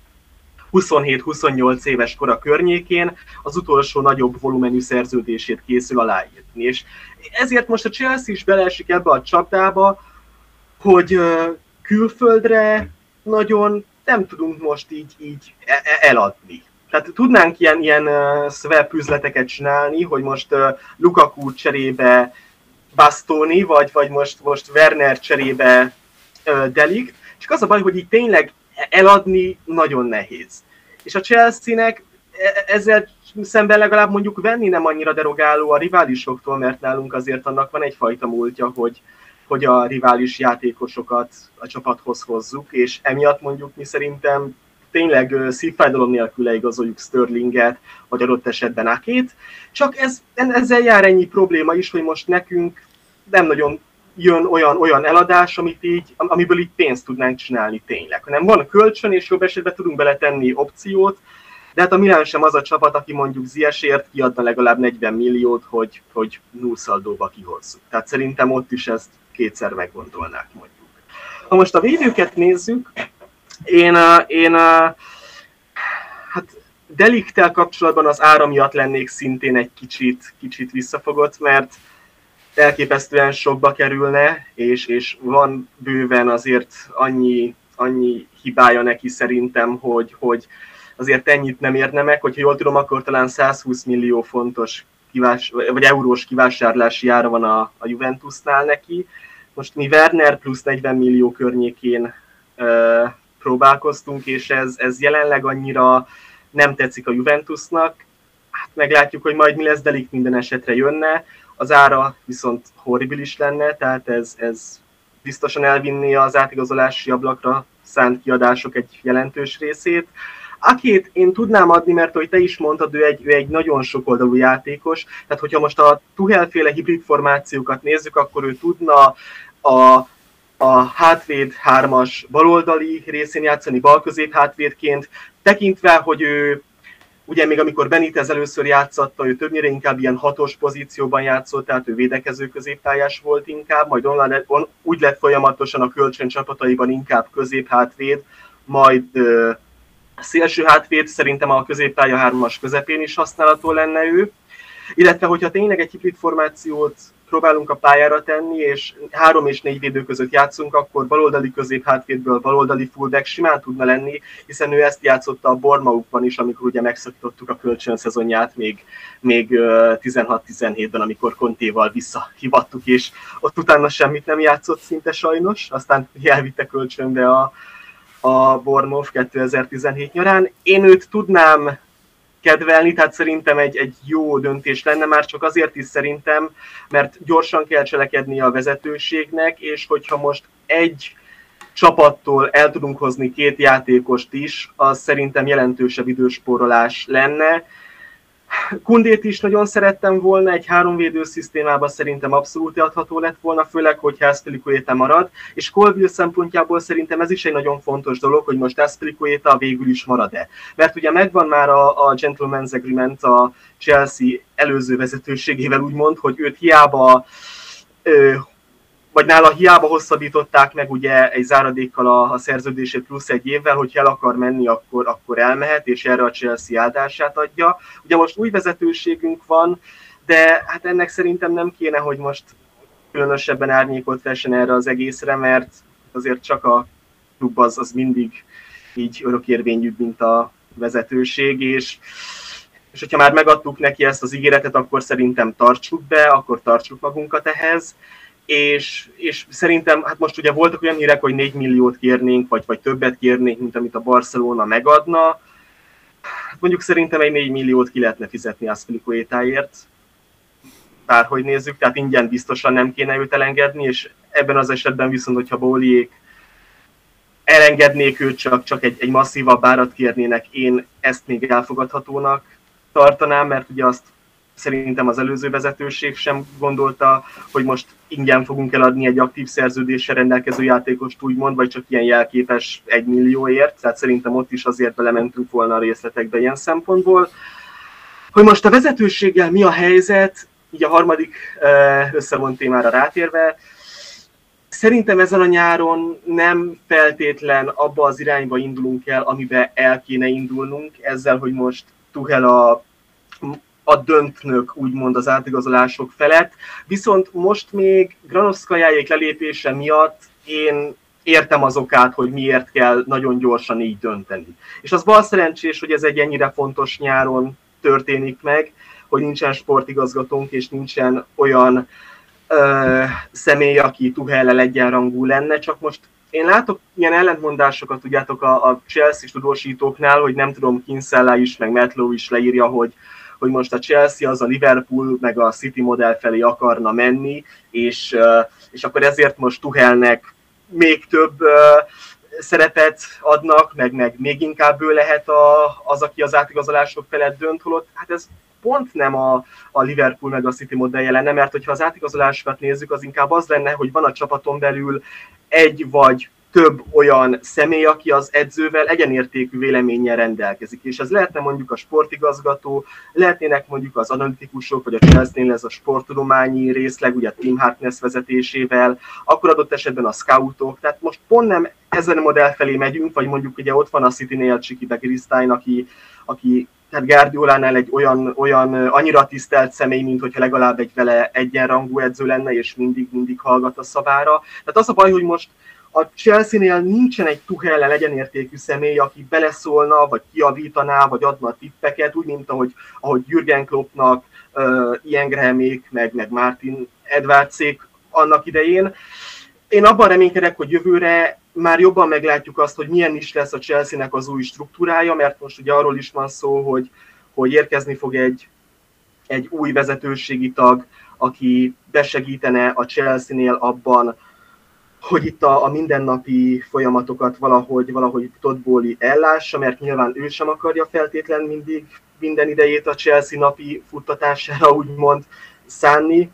27-28 éves kora környékén az utolsó nagyobb volumenű szerződését készül aláírni. És ezért most a Chelsea is beleesik ebbe a csapdába, hogy külföldre nagyon nem tudunk most így eladni. Tehát tudnánk ilyen swap üzleteket csinálni, hogy most Lukaku cserébe Bastoni, vagy most Werner cserébe De Ligt, csak az a baj, hogy így tényleg eladni nagyon nehéz. És a Chelsea-nek ezzel szemben legalább mondjuk venni nem annyira derogáló a riválisoktól, mert nálunk azért annak van egyfajta múltja, hogy a rivális játékosokat a csapathoz hozzuk, és emiatt mondjuk mi szerintem tényleg szívfájdalom nélkül leigazoljuk Sterlinget, vagy adott esetben Akét. Csak ezzel jár ennyi probléma is, hogy most nekünk nem nagyon jön olyan eladás, amiből így pénzt tudnánk csinálni tényleg. Hanem van kölcsön, és jobb esetben tudunk beletenni opciót, de hát a Milán sem az a csapat, aki mondjuk Ziyechért kiadna legalább 40 milliót, hogy nullszaldóba kihozzuk. Tehát szerintem ott is ezt kétszer meggondolnák mondjuk. Ha most a védőket nézzük, én hát De Ligttel kapcsolatban az ára miatt lennék szintén egy kicsit visszafogott, mert elképesztően sokba kerülne, és van bőven azért annyi hibája neki szerintem, hogy azért ennyit nem érne meg, hogyha jól tudom, akkor talán 120 millió fontos vagy eurós kivásárlási ára van a Juventusnál neki. Most mi Werner plusz 40 millió környékén próbálkoztunk, és ez jelenleg annyira nem tetszik a Juventusnak. Hát meglátjuk, hogy majd mi lesz, De Ligt minden esetre jönne. Az ára viszont horribilis lenne, tehát ez biztosan elvinné az átigazolási ablakra szánt kiadások egy jelentős részét. Akét én tudnám adni, mert ahogy te is mondtad, ő egy nagyon sokoldalú játékos, tehát hogyha most a Tuchel-féle hibrid formációkat nézzük, akkor ő tudna a hátvéd 3-as baloldali részén játszani, balközép hátvédként, tekintve, hogy ő ugye még amikor Benitez először játszatta, ő többnyire inkább ilyen 6-os pozícióban játszott, tehát ő védekező középpályás volt inkább, majd úgy lett folyamatosan a kölcsön csapataiban inkább középhátvéd, majd szélső hátvéd, szerintem a középpálya 3-as közepén is használható lenne ő. Illetve, hogyha tényleg egy hibrid formációt próbálunk a pályára tenni, és 3 és 4 védő között játszunk, akkor baloldali középhátvédből baloldali fullback simán tudna lenni, hiszen ő ezt játszotta a Bournemouthban is, amikor ugye megszakítottuk a kölcsönszezonját még 16-17-ben, amikor Contéval visszahivattuk, és ott utána semmit nem játszott szinte sajnos, aztán elvitte kölcsönbe a Bournemouth 2017 nyarán. Én őt tudnám kedvelni, tehát szerintem egy jó döntés lenne, már csak azért is szerintem, mert gyorsan kell cselekedni a vezetőségnek, és hogyha most egy csapattól el tudunk hozni 2 játékost is, az szerintem jelentősebb időspórolás lenne. Kundét is nagyon szerettem volna, egy 3 védő szisztémában szerintem abszolút adható lett volna, főleg, hogyha Azpilicueta marad, és Colwill szempontjából szerintem ez is egy nagyon fontos dolog, hogy most Azpilicueta végül is marad-e. Mert ugye megvan már a Gentleman's Agreement a Chelsea előző vezetőségével úgymond, hogy őt hiába vagy nála hiába hosszabbították meg ugye egy záradékkal a szerződését plusz 1 évvel, hogy el akar menni, akkor elmehet, és erre a Chelsea áldását adja. Ugye most új vezetőségünk van, de hát ennek szerintem nem kéne, hogy most különösebben árnyékot vessen erre az egészre, mert azért csak a klub az mindig így örökérvényű, mint a vezetőség, és hogyha már megadtuk neki ezt az ígéretet, akkor szerintem tartsuk be, akkor tartsuk magunkat ehhez. És szerintem, hát most ugye voltak olyan hírek, hogy 4 milliót kérnénk, vagy többet kérnénk, mint amit a Barcelona megadna. Hát mondjuk szerintem egy 4 milliót ki lehetne fizetni Azpilicuetáért. Bárhogy nézzük, tehát ingyen biztosan nem kéne őt elengedni, és ebben az esetben viszont, hogyha Bóliék elengednék őt, csak egy masszívabb árat kérnének, én ezt még elfogadhatónak tartanám, mert ugye azt szerintem az előző vezetőség sem gondolta, hogy most ingyen fogunk eladni egy aktív szerződéssel rendelkező játékost úgymond, vagy csak ilyen jelképes 1 millióért, tehát szerintem ott is azért belementünk volna a részletekbe ilyen szempontból. Hogy most a vezetőséggel mi a helyzet, így a harmadik összevont témára rátérve, szerintem ezen a nyáron nem feltétlen abba az irányba indulunk el, amiben el kéne indulnunk, ezzel, hogy most Tuchel a döntnök úgymond az átigazolások felett, viszont most még Granovszkajáék lelépése miatt én értem az okát, hogy miért kell nagyon gyorsan így dönteni. És az bal szerencsés, hogy ez egy ennyire fontos nyáron történik meg, hogy nincsen sportigazgatónk, és nincsen olyan személy, aki Tuchellel egyenrangú lenne, csak most én látok ilyen ellentmondásokat, tudjátok, a Chelsea tudósítóknál, hogy nem tudom, Kinsella is, meg Metlow is leírja, hogy most a Chelsea az a Liverpool meg a City modell felé akarna menni, és akkor ezért most Tuchelnek még több szerepet adnak, meg még inkább ő lehet az, aki az átigazolások felett dönt, holott hát ez pont nem a Liverpool meg a City modellje lenne, mert hogyha az átigazolásokat nézzük, az inkább az lenne, hogy van a csapaton belül egy vagy több olyan személy, aki az edzővel egyenértékű véleménnyel rendelkezik. És ez lehetne mondjuk a sportigazgató, lehetnének mondjuk az analitikusok, vagy a Chelsea-nél ez a sporttudományi részleg, ugye a Tim Harkness vezetésével, akkor adott esetben a scoutok. Tehát most pont nem ezen a modell felé megyünk, vagy mondjuk ugye ott van a City-nél Csiki Begiristain, aki tehát Guardiolánál egy olyan annyira tisztelt személy, mint hogyha legalább egy vele egyenrangú edző lenne, és mindig hallgat a szavára. Tehát az a baj, hogy most a Chelsea-nél nincsen egy Tuchel-el egyenértékű személy, aki beleszólna, vagy kiavítaná, vagy adna tippeket, úgy, mint ahogy Jürgen Kloppnak, Ian Grahamék, meg Martin Edwardsék annak idején. Én abban reménykedek, hogy jövőre már jobban meglátjuk azt, hogy milyen is lesz a Chelsea-nek az új struktúrája, mert most ugye arról is van szó, hogy érkezni fog egy új vezetőségi tag, aki besegítene a Chelsea-nél abban, hogy itt a mindennapi folyamatokat valahogy Todd Bowley ellássa, mert nyilván ő sem akarja feltétlen mindig minden idejét a Chelsea napi futtatására úgymond szánni,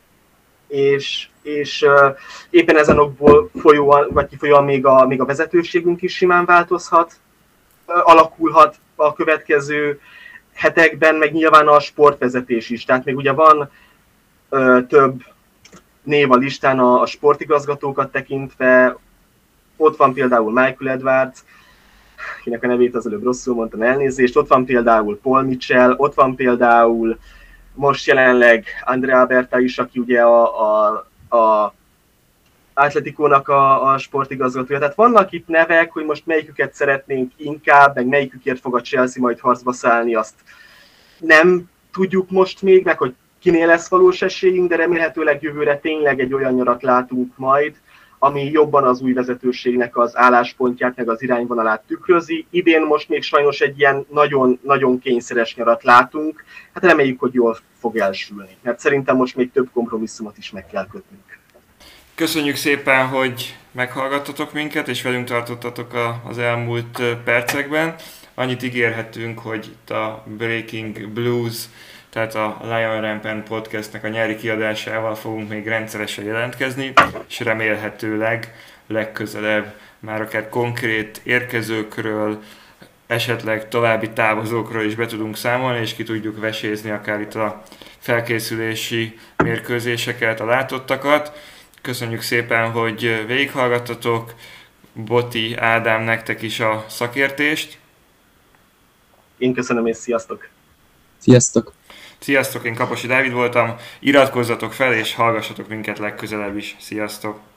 és éppen ezen okból kifolyóan még a vezetőségünk is simán változhat, alakulhat a következő hetekben, meg nyilván a sportvezetés is. Tehát még ugye van több név a listán a sportigazgatókat tekintve, ott van például Michael Edwards, kinek a nevét az előbb rosszul mondtam, elnézést, ott van például Paul Mitchell, ott van például most jelenleg Andrea Berta is, aki ugye a Atleticónak a sportigazgatója. Tehát vannak itt nevek, hogy most melyiküket szeretnénk inkább, meg melyikükért fog a Chelsea majd harcba szállni, azt nem tudjuk most még, meg hogy kinél lesz valós esélyünk, de remélhetőleg jövőre tényleg egy olyan nyarat látunk majd, ami jobban az új vezetőségnek az álláspontját, meg az irányvonalát tükrözi. Idén most még sajnos egy ilyen nagyon kényszeres nyarat látunk, hát reméljük, hogy jól fog elsülni, mert szerintem most még több kompromisszumot is meg kell kötnünk. Köszönjük szépen, hogy meghallgattatok minket, és velünk tartottatok az elmúlt percekben. Annyit ígérhetünk, hogy itt a Breaking Blues, tehát a Lion Rampant podcastnek a nyári kiadásával fogunk még rendszeresen jelentkezni, és remélhetőleg legközelebb már akár konkrét érkezőkről, esetleg további távozókról is be tudunk számolni, és ki tudjuk vesézni akár itt a felkészülési mérkőzéseket, a látottakat. Köszönjük szépen, hogy végighallgattatok. Boti, Ádám, nektek is a szakértést. Én köszönöm, és sziasztok! Sziasztok! Sziasztok, én Kaposi Dávid voltam. Iratkozzatok fel, és hallgassatok minket legközelebb is. Sziasztok!